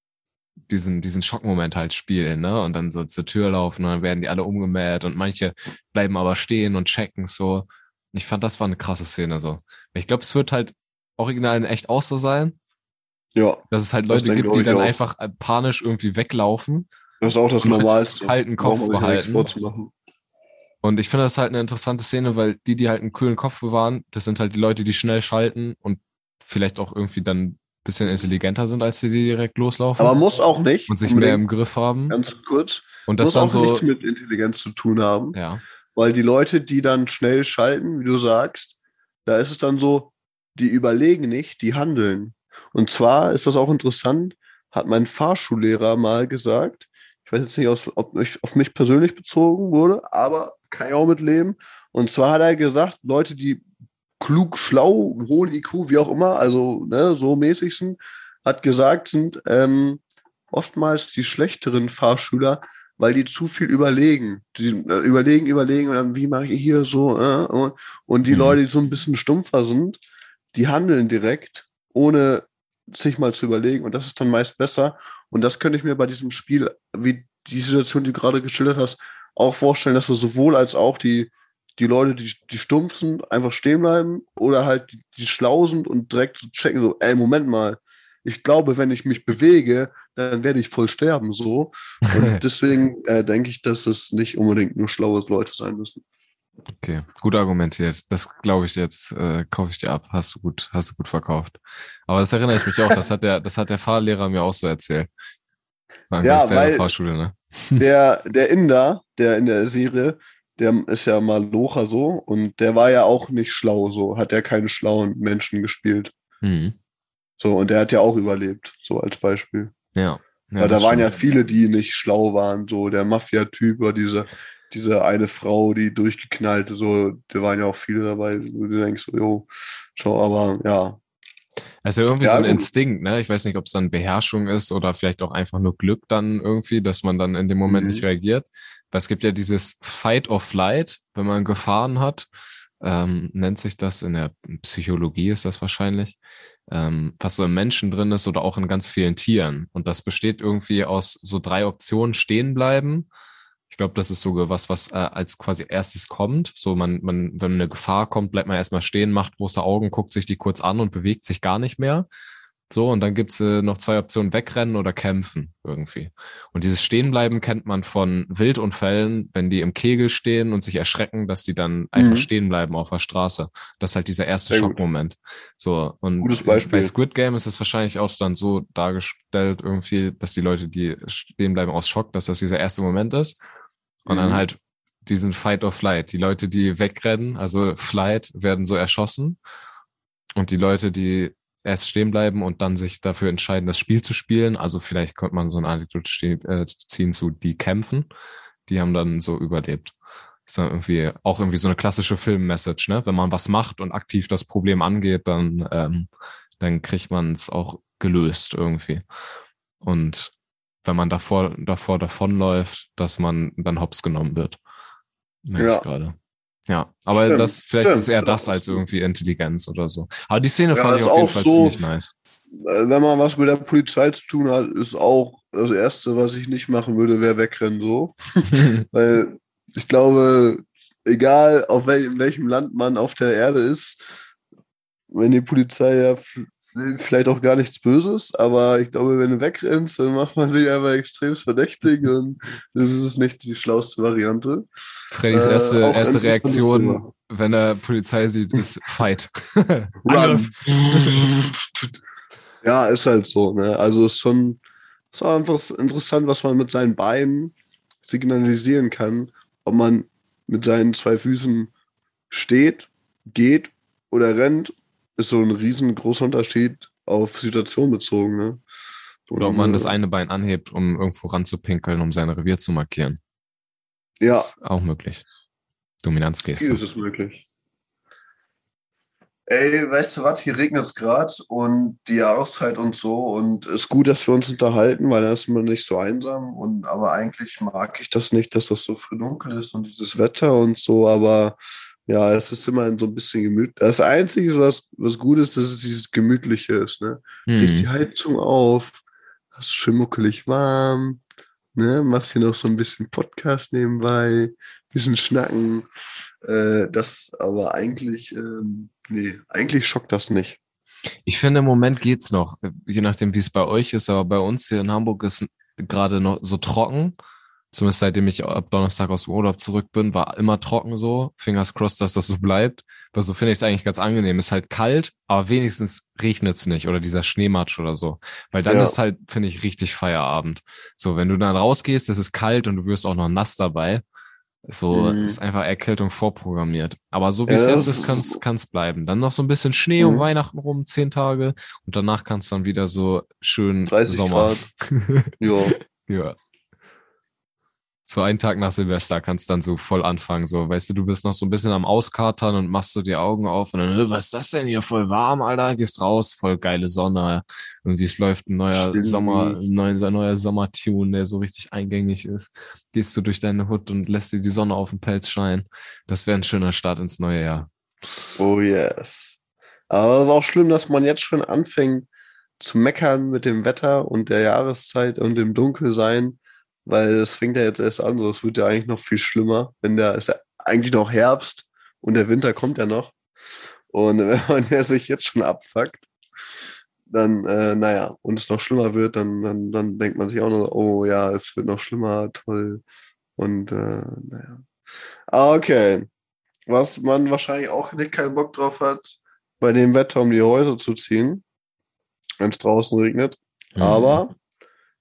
diesen Schockmoment halt spielen, ne? Und dann so zur Tür laufen und dann werden die alle umgemäht und manche bleiben aber stehen und checken so. Und ich fand, das war eine krasse Szene so. Ich glaube, es wird halt original in echt auch so sein, Ja, dass es halt das Leute gibt, die glaube ich dann auch. einfach panisch irgendwie weglaufen Das ist auch das und Leute Normalste. kalten Braucht Kopf man sich ja nichts behalten. vorzumachen. Und ich finde das halt eine interessante Szene, weil die halt einen kühlen Kopf bewahren, das sind halt die Leute, die schnell schalten und vielleicht auch irgendwie dann ein bisschen intelligenter sind, als die direkt Aber loslaufen muss auch nicht und sich mehr unbedingt, im Griff haben. ganz kurz, Und das muss dann auch nichts so, mit Intelligenz zu tun haben, ja. weil die Leute, die dann schnell schalten, wie du sagst, da ist es dann so, die überlegen nicht, die handeln. Und zwar ist das auch interessant, hat mein Fahrschullehrer mal gesagt, ich weiß jetzt nicht, ob ich auf mich persönlich bezogen wurde, aber kann ich auch mitleben. Und zwar hat er gesagt, Leute, die klug, schlau, einen hohen IQ, wie auch immer, also ne, so mäßig sind, hat gesagt, sind oftmals die schlechteren Fahrschüler, weil die zu viel überlegen. Die überlegen und dann, wie mache ich hier so, und die Mhm. Leute, die so ein bisschen stumpfer sind, die handeln direkt, ohne sich mal zu überlegen. Und das ist dann meist besser. Und das könnte ich mir bei diesem Spiel, wie die Situation, die du gerade geschildert hast, auch vorstellen, dass du sowohl als auch die Leute, die stumpf sind, einfach stehen bleiben oder halt die schlau sind und direkt so checken, so, ey, Moment mal, ich glaube, wenn ich mich bewege, dann werde ich voll sterben, so. Und deswegen denke ich, dass es nicht unbedingt nur schlaue Leute sein müssen. Okay, gut argumentiert. Das glaube ich jetzt, kaufe ich dir ab. Hast du gut verkauft. Aber das erinnere ich mich auch. Das hat der Fahrlehrer mir auch so erzählt. War, glaube ich, Ja, selber weil Fahrschule, ne? Der Inder, der in der Serie, der ist ja Malocha so und der war ja auch nicht schlau so, hat ja keinen schlauen Menschen gespielt. Hm. So, und der hat ja auch überlebt, so als Beispiel. Ja, ja, Weil das da waren ja stimmt. viele, die nicht schlau waren, so der Mafia-Typ oder diese eine Frau, die durchgeknallte, so, da waren ja auch viele dabei, wo du denkst, so, jo, schau, aber ja. Also irgendwie so Ja, ein gut. Instinkt, ne? Ich weiß nicht, ob es dann Beherrschung ist oder vielleicht auch einfach nur Glück dann irgendwie, dass man dann in dem Moment nicht Mhm. reagiert. Weil es gibt ja dieses Fight or Flight, wenn man Gefahren hat, nennt sich das in der Psychologie ist das wahrscheinlich, was so im Menschen drin ist oder auch in ganz vielen Tieren. Und das besteht irgendwie aus so 3 Optionen: stehen bleiben. Ich glaube, das ist sogar was als quasi erstes kommt. So, wenn eine Gefahr kommt, bleibt man erstmal stehen, macht große Augen, guckt sich die kurz an und bewegt sich gar nicht mehr. So, und dann gibt's noch 2 Optionen: wegrennen oder kämpfen irgendwie. Und dieses Stehenbleiben kennt man von Wildunfällen, wenn die im Kegel stehen und sich erschrecken, dass die dann einfach Mhm. stehen bleiben auf der Straße. Das ist halt dieser erste Sehr gut. Schockmoment. So, und Gutes bei Beispiel. Squid Game ist es wahrscheinlich auch dann so dargestellt irgendwie, dass die Leute, die stehen bleiben aus Schock, dass das dieser erste Moment ist. Und dann Mhm. halt diesen Fight or Flight. Die Leute, die wegrennen, also Flight, werden so erschossen. Und die Leute, die erst stehen bleiben und dann sich dafür entscheiden, das Spiel zu spielen, also vielleicht könnte man so eine Anekdote ziehen zu die kämpfen, die haben dann so überlebt. Ist dann irgendwie auch irgendwie so eine klassische Film-Message, ne? Wenn man was macht und aktiv das Problem angeht, dann kriegt man es auch gelöst irgendwie. Und wenn man davonläuft, dass man dann hops genommen wird, merke ich Ja, gerade. Ja, aber stimmt. das, vielleicht ist Stimmt. eher das Doch, ist als gut. irgendwie Intelligenz oder so. Aber die Szene Ja, fand ich ist auf jeden auch Fall so, ziemlich nice. wenn man was mit der Polizei zu tun hat, ist auch das Erste, was ich nicht machen würde, wäre wegrennen so. Weil ich glaube, egal auf in welchem Land man auf der Erde ist, wenn die Polizei ja vielleicht auch gar nichts Böses, aber ich glaube, wenn du wegrennst, dann macht man sich einfach extrem verdächtig und das ist nicht die schlauste Variante. Freddys erste, Auch ein erste interessantes Reaktion, Thema. wenn er Polizei sieht, ist Fight. Angriff. Run. Ja, ist halt so, ne? Also ist auch einfach interessant, was man mit seinen Beinen signalisieren kann, ob man mit seinen 2 Füßen steht, geht oder rennt, ist so ein riesengroßer Unterschied auf Situation bezogen, ne? Oder ob Und man das eine Bein anhebt, um irgendwo ranzupinkeln, um sein Revier zu markieren. ja, Ist auch möglich. vieles Dominanzgeste. ist möglich. Ey, weißt du was, hier regnet es gerade und die Jahreszeit und so und ist gut, dass wir uns unterhalten, weil da ist man nicht so einsam und aber eigentlich mag ich das nicht, dass das so früh dunkel ist und dieses Wetter und so, aber ja, es ist immer so ein bisschen gemütlich. Das Einzige, was gut ist, dass es dieses Gemütliche ist, ne? Drehst die Hm. Heizung auf, hast schön muckelig warm, ne? Machst hier noch so ein bisschen Podcast nebenbei, bisschen schnacken. Das aber eigentlich, nee, eigentlich schockt das nicht. Ich finde, im Moment geht's noch, je nachdem, wie es bei euch ist, aber bei uns hier in Hamburg ist gerade noch so trocken. Zumindest seitdem ich ab Donnerstag aus dem Urlaub zurück bin, war immer trocken so. Fingers crossed, dass das so bleibt. Aber so finde ich es eigentlich ganz angenehm. Ist halt kalt, aber wenigstens regnet's nicht oder dieser Schneematsch oder so. Weil dann Ja. ist halt, finde ich, richtig Feierabend. So, wenn du dann rausgehst, es ist kalt und du wirst auch noch nass dabei. So ist Mhm. einfach Erkältung vorprogrammiert. Aber so wie es Ja, jetzt das ist, ist, kann's bleiben. Dann noch so ein bisschen Schnee um mhm. Weihnachten rum, 10 Tage. Und danach kann es dann wieder so schön 30 Sommer. Grad. Ja. Ja. So einen Tag nach Silvester kannst dann so voll anfangen. So, weißt du, du bist noch so ein bisschen am Auskatern und machst so die Augen auf und dann, was ist das denn hier? Voll warm, Alter. Gehst raus, voll geile Sonne. Irgendwie es läuft Chili. ein neuer Sommertune, der so richtig eingängig ist. Gehst du durch deine Hut und lässt dir die Sonne auf den Pelz scheinen. Das wäre ein schöner Start ins neue Jahr. Oh yes. Aber es ist auch schlimm, dass man jetzt schon anfängt zu meckern mit dem Wetter und der Jahreszeit und dem Dunkelsein, weil es fängt ja jetzt erst an, so es wird ja eigentlich noch viel schlimmer, wenn der ist ja eigentlich noch Herbst und der Winter kommt ja noch. Und wenn man der sich jetzt schon abfuckt, dann, naja, und es noch schlimmer wird, dann denkt man sich auch noch, oh ja, es wird noch schlimmer, toll. Und naja. Ah, okay. Was man wahrscheinlich auch nicht keinen Bock drauf hat, bei dem Wetter um die Häuser zu ziehen, wenn es draußen regnet. Mhm. Aber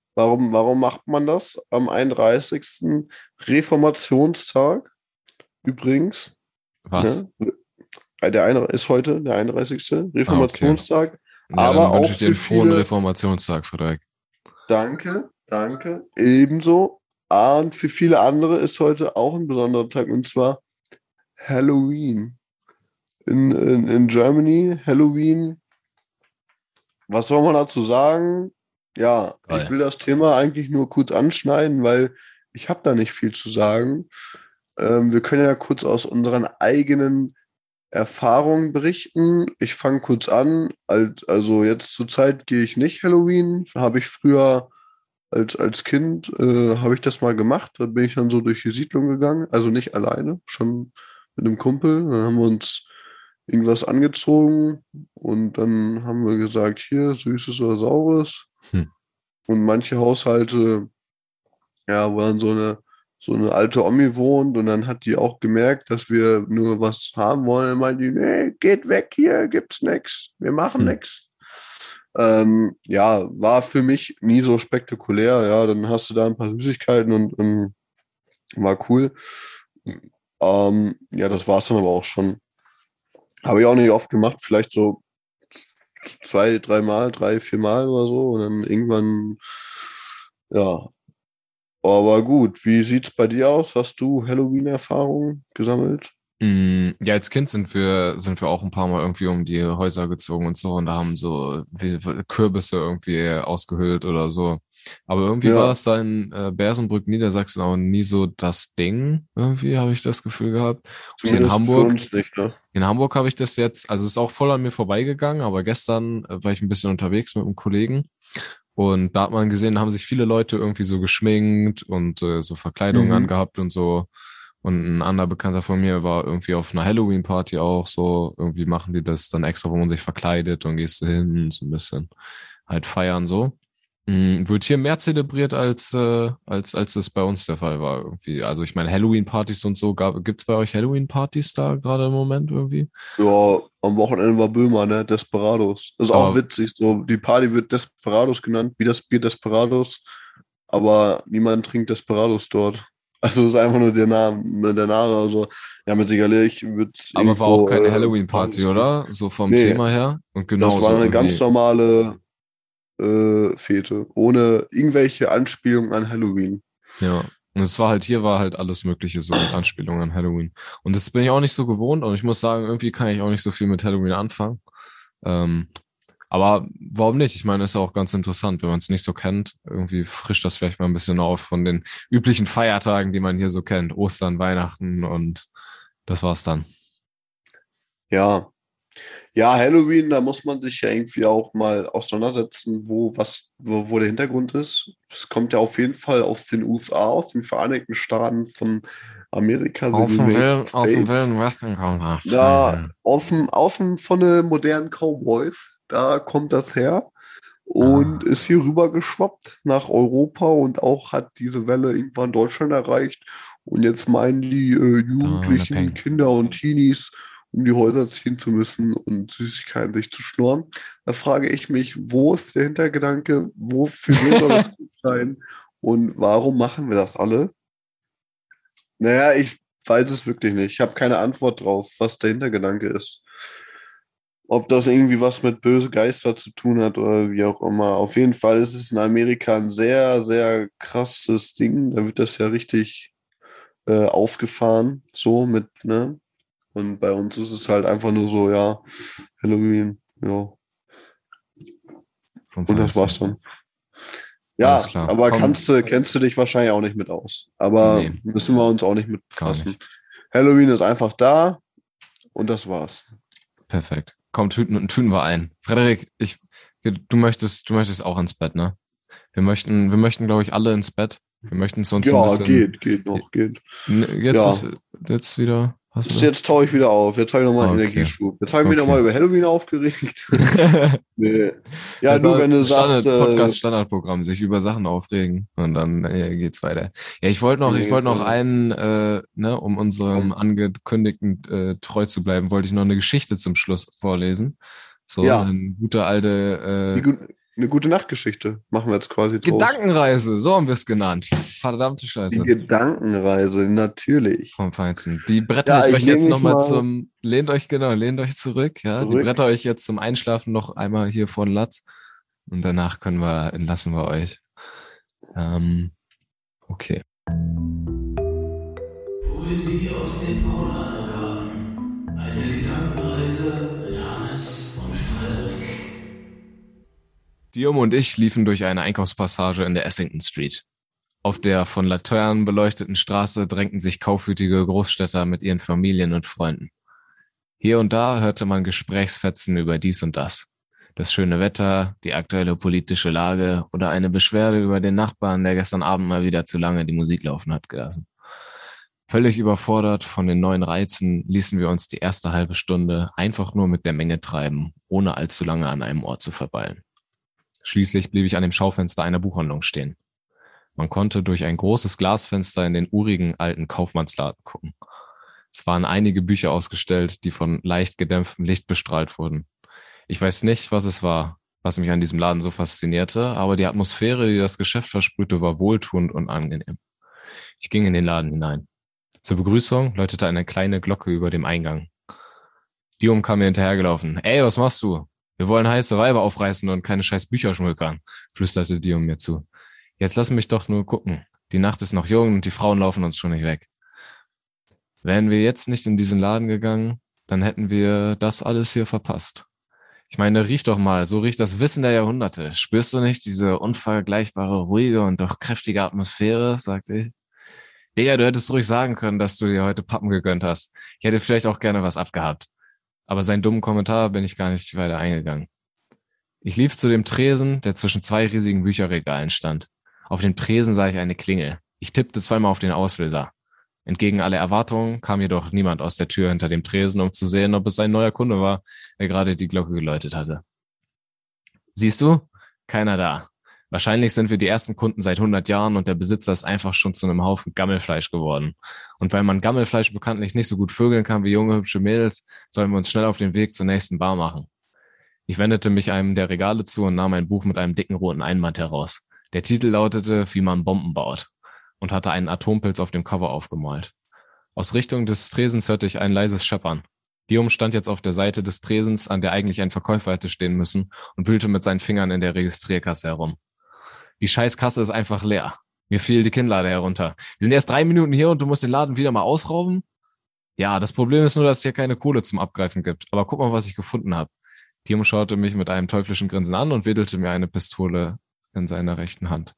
Warum macht man das am 31. Reformationstag? Übrigens, Was? ne? Ist heute der 31. Ah, okay. Reformationstag, Ja, aber dann wünsche auch ich dir für einen frohen viele, Reformationstag, Frederik. danke, danke, ebenso. Und für viele andere ist heute auch ein besonderer Tag, und zwar Halloween. In Germany, Halloween. Was soll man dazu sagen? Ja, ich Geil. will das Thema eigentlich nur kurz anschneiden, weil ich habe da nicht viel zu sagen. Wir können ja kurz aus unseren eigenen Erfahrungen berichten. Ich fange kurz an. Also jetzt zur Zeit gehe ich nicht Halloween. Habe ich früher als Kind, habe ich das mal gemacht. Da bin ich dann so durch die Siedlung gegangen. Also nicht alleine, schon mit einem Kumpel. Dann haben wir uns irgendwas angezogen und dann haben wir gesagt, hier, Süßes oder Saures. Hm. Und manche Haushalte, ja, wo dann so eine alte Omi wohnt und dann hat die auch gemerkt, dass wir nur was haben wollen. Dann meint die, nee, geht weg hier, gibt's nix, wir machen Hm. nix. Ja, war für mich nie so spektakulär. Ja, dann hast du da ein paar Süßigkeiten und war cool. Ja, das war's dann aber auch schon. Habe ich auch nicht oft gemacht, vielleicht so zwei, dreimal, drei, viermal oder so. Und dann irgendwann, ja. Aber gut, wie sieht's bei dir aus? Hast du Halloween-Erfahrungen gesammelt? Ja, als Kind sind wir auch ein paar Mal irgendwie um die Häuser gezogen und so und da haben so Kürbisse irgendwie ausgehöhlt oder so. Aber irgendwie war Ja, das da in Bersenbrück, Niedersachsen auch nie so das Ding. Irgendwie habe ich das Gefühl gehabt. Und hier in zumindest für Hamburg, uns nicht, ne? in Hamburg habe ich das jetzt, also es ist auch voll an mir vorbeigegangen, aber gestern war ich ein bisschen unterwegs mit einem Kollegen und da hat man gesehen, da haben sich viele Leute irgendwie so geschminkt und so Verkleidungen Mhm. angehabt und so. Und ein anderer Bekannter von mir war irgendwie auf einer Halloween-Party auch so. Irgendwie machen die das dann extra, wo man sich verkleidet und gehst du hin und so ein bisschen halt feiern so. Wird hier mehr zelebriert als es bei uns der Fall war irgendwie. Also ich meine, Halloween-Partys und so, gibt's bei euch Halloween-Partys da gerade im Moment irgendwie? Ja, am Wochenende war Böhmer, ne? Desperados. Das ist auch Aber witzig. So, die Party wird Desperados genannt, wie das Bier Desperados, aber niemand trinkt Desperados dort. Also es ist einfach nur der Name. Also, ja, mit sicherlich wird es Aber war auch irgendwo keine Halloween-Party, Partys geben. oder? So vom Nee, Thema her. Und das war genauso eine ganz irgendwie. normale Fete, ohne irgendwelche Anspielungen an Halloween. Ja. Und es war halt, hier war halt alles Mögliche so mit Anspielungen an Halloween. Und das bin ich auch nicht so gewohnt und ich muss sagen, irgendwie kann ich auch nicht so viel mit Halloween anfangen. Ähm, aber warum nicht? Ich meine, ist ja auch ganz interessant, wenn man es nicht so kennt. Irgendwie frischt das vielleicht mal ein bisschen auf von den üblichen Feiertagen, die man hier so kennt. Ostern, Weihnachten und das war's dann. Ja, ja, Halloween, da muss man sich ja irgendwie auch mal auseinandersetzen, wo der Hintergrund ist. Es kommt ja auf jeden Fall aus den USA, aus den Vereinigten Staaten von Amerika, the United Auf dem States. Wilden Westen kommt das. Da offen von den modernen Cowboys, da kommt das her und Ah, ist hier rüber geschwappt nach Europa und auch hat diese Welle irgendwann Deutschland erreicht. Und jetzt meinen die da eine Jugendlichen, Peng. Kinder und Teenies, um die Häuser ziehen zu müssen und Süßigkeiten sich zu schnorren. Da frage ich mich, wo ist der Hintergedanke? Für wen soll das gut sein? Und warum machen wir das alle? Naja, ich weiß es wirklich nicht. Ich habe keine Antwort drauf, was der Hintergedanke ist. Ob das irgendwie was mit böse Geister zu tun hat oder wie auch immer. Auf jeden Fall ist es in Amerika ein sehr, sehr krasses Ding. Da wird das ja richtig aufgefahren, so mit, ne? Und bei uns ist es halt einfach nur so, ja, Halloween, ja. Vom Und das war's Feinsten. dann. Alles Ja, klar. aber Komm. kennst du dich wahrscheinlich auch nicht mit aus. Aber Nee, müssen wir uns auch nicht mit gar befassen. nicht. Halloween ist einfach da und das war's. Perfekt. Komm, tüten wir ein. Frederik, du möchtest auch ins Bett, ne? Wir möchten, glaube ich, alle ins Bett. Wir möchten es uns so ein Ja, bisschen. geht noch, geht. Jetzt ist Ja, jetzt wieder. Hast du jetzt, da? jetzt taue ich wieder auf. Jetzt habe ich nochmal Ah, einen okay. Energieschub. Jetzt habe ich mich Okay. nochmal über Halloween aufgeregt. Nee. Ja, Das du, war wenn du sagst, Podcast-Standardprogramm, sich über Sachen aufregen und dann geht's weiter. Ja, ich wollte noch einen, ne, um unserem angekündigten treu zu bleiben, wollte ich noch eine Geschichte zum Schluss vorlesen. So, ja, eine gute wie alte gut. eine gute Nachtgeschichte. Machen wir jetzt quasi draus. Gedankenreise, so haben wir es genannt. Verdammte Die Scheiße. Gedankenreise, natürlich. Vom Feinsten. Die bretter ich euch jetzt nochmal lehnt euch zurück, ja. Die bretter euch jetzt zum Einschlafen noch einmal hier vor den Latz. Und danach entlassen wir euch. Okay. Poesie aus dem Paulanergarten. Eine Gedankenreise mit Hannes und Frederik. Guillaume und ich liefen durch eine Einkaufspassage in der Essington Street. Auf der von Laternen beleuchteten Straße drängten sich kaufwütige Großstädter mit ihren Familien und Freunden. Hier und da hörte man Gesprächsfetzen über dies und das. Das schöne Wetter, die aktuelle politische Lage oder eine Beschwerde über den Nachbarn, der gestern Abend mal wieder zu lange die Musik laufen hat gelassen. Völlig überfordert von den neuen Reizen ließen wir uns die erste halbe Stunde einfach nur mit der Menge treiben, ohne allzu lange an einem Ort zu verweilen. Schließlich blieb ich an dem Schaufenster einer Buchhandlung stehen. Man konnte durch ein großes Glasfenster in den urigen alten Kaufmannsladen gucken. Es waren einige Bücher ausgestellt, die von leicht gedämpftem Licht bestrahlt wurden. Ich weiß nicht, was es war, was mich an diesem Laden so faszinierte, aber die Atmosphäre, die das Geschäft versprühte, war wohltuend und angenehm. Ich ging in den Laden hinein. Zur Begrüßung läutete eine kleine Glocke über dem Eingang. Guillaume kam mir hinterhergelaufen. »Ey, was machst du? Wir wollen heiße Weiber aufreißen und keine scheiß Bücher schmökern«, flüsterte Guillaume mir zu. »Jetzt lass mich doch nur gucken. Die Nacht ist noch jung und die Frauen laufen uns schon nicht weg.« Wären wir jetzt nicht in diesen Laden gegangen, dann hätten wir das alles hier verpasst. Ich meine, riech doch mal, so riecht das Wissen der Jahrhunderte. Spürst du nicht diese unvergleichbare, ruhige und doch kräftige Atmosphäre, sagte ich. Digga, du hättest ruhig sagen können, dass du dir heute Pappen gegönnt hast. Ich hätte vielleicht auch gerne was abgehabt. Aber seinen dummen Kommentar bin ich gar nicht weiter eingegangen. Ich lief zu dem Tresen, der zwischen zwei riesigen Bücherregalen stand. Auf dem Tresen sah ich eine Klingel. Ich tippte zweimal auf den Auslöser. Entgegen aller Erwartungen kam jedoch niemand aus der Tür hinter dem Tresen, um zu sehen, ob es ein neuer Kunde war, der gerade die Glocke geläutet hatte. Siehst du? Keiner da. Wahrscheinlich sind wir die ersten Kunden seit 100 Jahren und der Besitzer ist einfach schon zu einem Haufen Gammelfleisch geworden. Und weil man Gammelfleisch bekanntlich nicht so gut vögeln kann wie junge, hübsche Mädels, sollen wir uns schnell auf den Weg zur nächsten Bar machen. Ich wendete mich einem der Regale zu und nahm ein Buch mit einem dicken roten Einband heraus. Der Titel lautete »Wie man Bomben baut« und hatte einen Atompilz auf dem Cover aufgemalt. Aus Richtung des Tresens hörte ich ein leises Scheppern. Guillaume stand jetzt auf der Seite des Tresens, an der eigentlich ein Verkäufer hätte stehen müssen, und wühlte mit seinen Fingern in der Registrierkasse herum. Die Scheißkasse ist einfach leer. Mir fiel die Kinnlade herunter. Wir sind erst 3 Minuten hier und du musst den Laden wieder mal ausrauben? Ja, das Problem ist nur, dass es hier keine Kohle zum Abgreifen gibt. Aber guck mal, was ich gefunden habe. Guillaume schaute mich mit einem teuflischen Grinsen an und wedelte mir eine Pistole in seiner rechten Hand.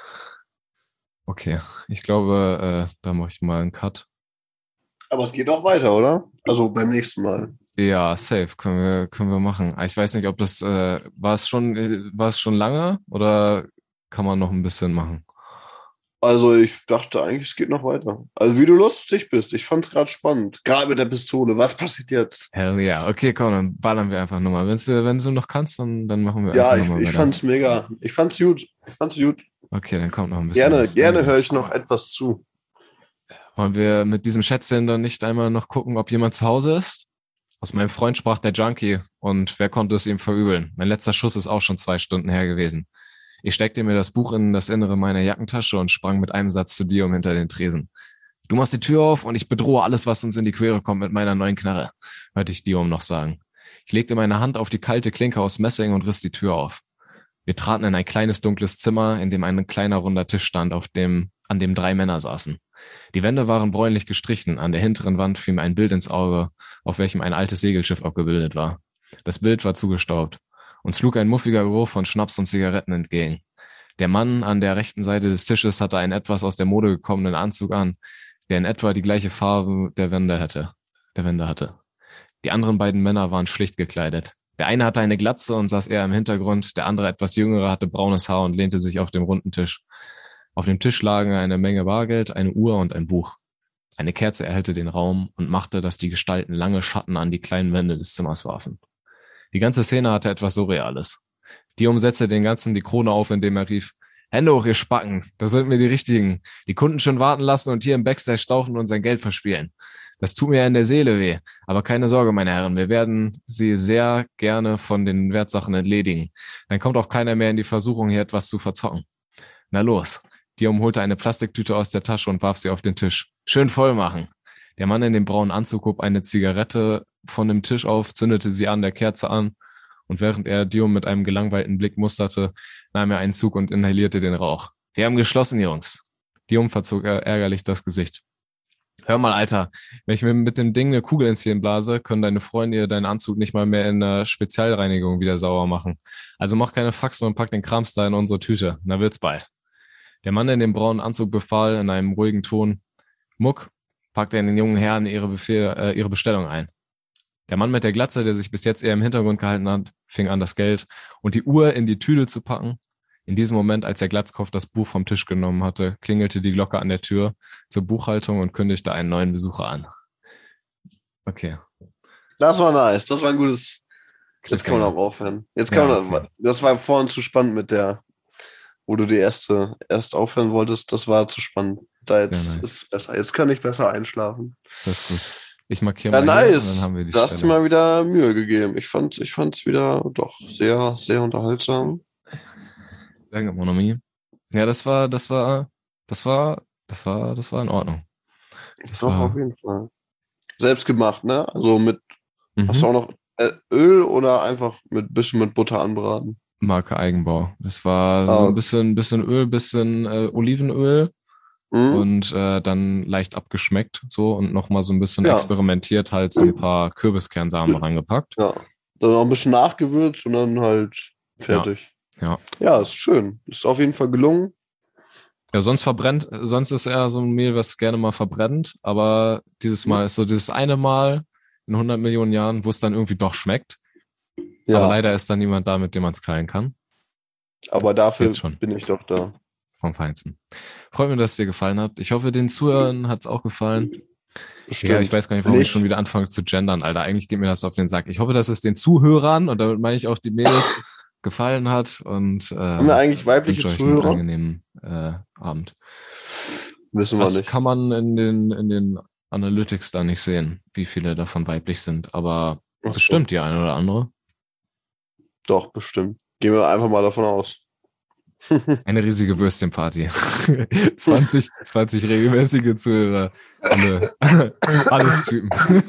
Okay, ich glaube, da mache ich mal einen Cut. Aber es geht auch weiter, oder? Also beim nächsten Mal. Ja, safe, können wir machen. Ich weiß nicht, ob das, war es schon lange oder kann man noch ein bisschen machen? Also ich dachte eigentlich, es geht noch weiter. Also wie du lustig bist. Ich fand's gerade spannend. Gerade mit der Pistole. Was passiert jetzt? Hell yeah. Okay, komm, dann ballern wir einfach nochmal. Wenn du noch kannst, dann machen wir ja, einfach nochmal weiter. Ich fand's mega. Ich fand's gut. Okay, dann kommt noch ein bisschen. Gerne höre ich noch etwas zu. Wollen wir mit diesem Schätzchen dann nicht einmal noch gucken, ob jemand zu Hause ist? Aus meinem Freund sprach der Junkie und wer konnte es ihm verübeln? Mein letzter Schuss ist auch schon 2 Stunden her gewesen. Ich steckte mir das Buch in das Innere meiner Jackentasche und sprang mit einem Satz zu Guillaume hinter den Tresen. Du machst die Tür auf und ich bedrohe alles, was uns in die Quere kommt mit meiner neuen Knarre, hörte ich Guillaume noch sagen. Ich legte meine Hand auf die kalte Klinke aus Messing und riss die Tür auf. Wir traten in ein kleines dunkles Zimmer, in dem ein kleiner runder Tisch stand, an dem 3 Männer saßen. Die Wände waren bräunlich gestrichen, an der hinteren Wand fiel mir ein Bild ins Auge, auf welchem ein altes Segelschiff abgebildet war. Das Bild war zugestaubt. Uns schlug ein muffiger Geruch von Schnaps und Zigaretten entgegen. Der Mann an der rechten Seite des Tisches hatte einen etwas aus der Mode gekommenen Anzug an, der in etwa die gleiche Farbe der Wände hatte. Die anderen beiden Männer waren schlicht gekleidet. Der eine hatte eine Glatze und saß eher im Hintergrund, der andere etwas jüngere hatte braunes Haar und lehnte sich auf dem runden Tisch. Auf dem Tisch lagen eine Menge Bargeld, eine Uhr und ein Buch. Eine Kerze erhellte den Raum und machte, dass die Gestalten lange Schatten an die kleinen Wände des Zimmers warfen. Die ganze Szene hatte etwas Surreales. Guillaume setzte den Ganzen die Krone auf, indem er rief, Hände hoch, ihr Spacken, das sind mir die Richtigen. Die Kunden schon warten lassen und hier im Backstage stauchen und sein Geld verspielen. Das tut mir in der Seele weh. Aber keine Sorge, meine Herren, wir werden Sie sehr gerne von den Wertsachen entledigen. Dann kommt auch keiner mehr in die Versuchung, hier etwas zu verzocken. Na los. Diom holte eine Plastiktüte aus der Tasche und warf sie auf den Tisch. Schön voll machen. Der Mann in dem braunen Anzug hob eine Zigarette von dem Tisch auf, zündete sie an der Kerze an und während er Diom mit einem gelangweilten Blick musterte, nahm er einen Zug und inhalierte den Rauch. Wir haben geschlossen, Jungs. Diom verzog ärgerlich das Gesicht. Hör mal, Alter, wenn ich mir mit dem Ding eine Kugel ins Hirn blase, können deine Freunde ihr deinen Anzug nicht mal mehr in der Spezialreinigung wieder sauber machen. Also mach keine Faxen und pack den Krams da in unsere Tüte. Na wird's bald. Der Mann in dem braunen Anzug befahl in einem ruhigen Ton, Muck, packt den jungen Herren ihre Bestellung ein. Der Mann mit der Glatze, der sich bis jetzt eher im Hintergrund gehalten hat, fing an, das Geld und die Uhr in die Tüte zu packen. In diesem Moment, als der Glatzkopf das Buch vom Tisch genommen hatte, klingelte die Glocke an der Tür zur Buchhaltung und kündigte einen neuen Besucher an. Okay. Das war nice. Das war ein gutes. Jetzt kann man auch aufhören. Jetzt kann man. Okay. Das war vorhin zu spannend mit der, wo du die erst aufhören wolltest. Das war zu spannend. Da jetzt ist es besser. Jetzt kann ich besser einschlafen. Das ist gut. Ich markiere mal nice. Hier und dann haben wir die Stelle. Du hast dir mal wieder Mühe gegeben. Ich fand's wieder doch sehr, sehr unterhaltsam. Danke, Monomie. Ja, das war in Ordnung. Das doch, war auf jeden Fall. Selbst gemacht, ne? Also mit, hast du auch noch Öl oder einfach mit bisschen mit Butter anbraten? Marke Eigenbau. Das war so ein bisschen Öl, bisschen Olivenöl und dann leicht abgeschmeckt so und nochmal so ein bisschen experimentiert, halt so ein paar Kürbiskernsamen rangepackt. Ja, dann auch ein bisschen nachgewürzt und dann halt fertig. Ja, ist schön. Ist auf jeden Fall gelungen. Ja, sonst ist eher so ein Mehl, was gerne mal verbrennt, aber dieses Mal ist so dieses eine Mal in 100 Millionen Jahren, wo es dann irgendwie doch schmeckt. Ja. Aber leider ist da niemand da, mit dem man es teilen kann. Aber dafür bin ich doch da. Vom Feinsten. Freut mich, dass es dir gefallen hat. Ich hoffe, den Zuhörern hat es auch gefallen. Ja, ich weiß gar nicht, warum ich schon wieder anfange zu gendern, Alter. Eigentlich geht mir das auf den Sack. Ich hoffe, dass es den Zuhörern, und damit meine ich auch die Mädels, gefallen hat und haben wir eigentlich weibliche Zuhörer? Einen angenehmen Abend. Wissen wir nicht. Das kann man in den Analytics da nicht sehen, wie viele davon weiblich sind, aber bestimmt die eine oder andere. Doch, bestimmt. Gehen wir einfach mal davon aus. Eine riesige Würstchenparty. 20 regelmäßige Zuhörer. Alles Typen.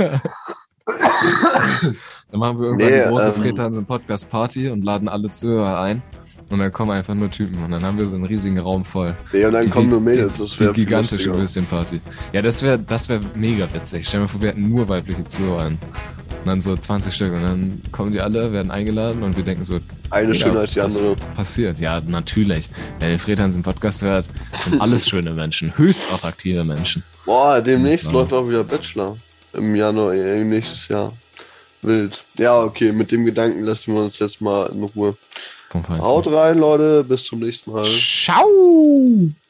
Dann machen wir irgendwann eine große Fredhansen-Podcast-Party und laden alle Zuhörer ein. Und dann kommen einfach nur Typen. Und dann haben wir so einen riesigen Raum voll. Ja, und dann kommen nur Mädels. Das wäre die gigantische Würstchenparty. Ja, das wär mega witzig. Stell dir mal vor, wir hätten nur weibliche Zuhörer. Und dann so 20 Stück. Und dann kommen die alle, werden eingeladen. Und wir denken so, eine schöner als die andere. Passiert. Ja, natürlich. Wer den Fredhansen-Podcast hört, sind alles schöne Menschen. Höchst attraktive Menschen. Boah, demnächst läuft auch wieder Bachelor. Im Januar, nächstes Jahr. Wild. Ja, okay, mit dem Gedanken lassen wir uns jetzt mal in Ruhe. Haut rein, Leute. Bis zum nächsten Mal. Ciao!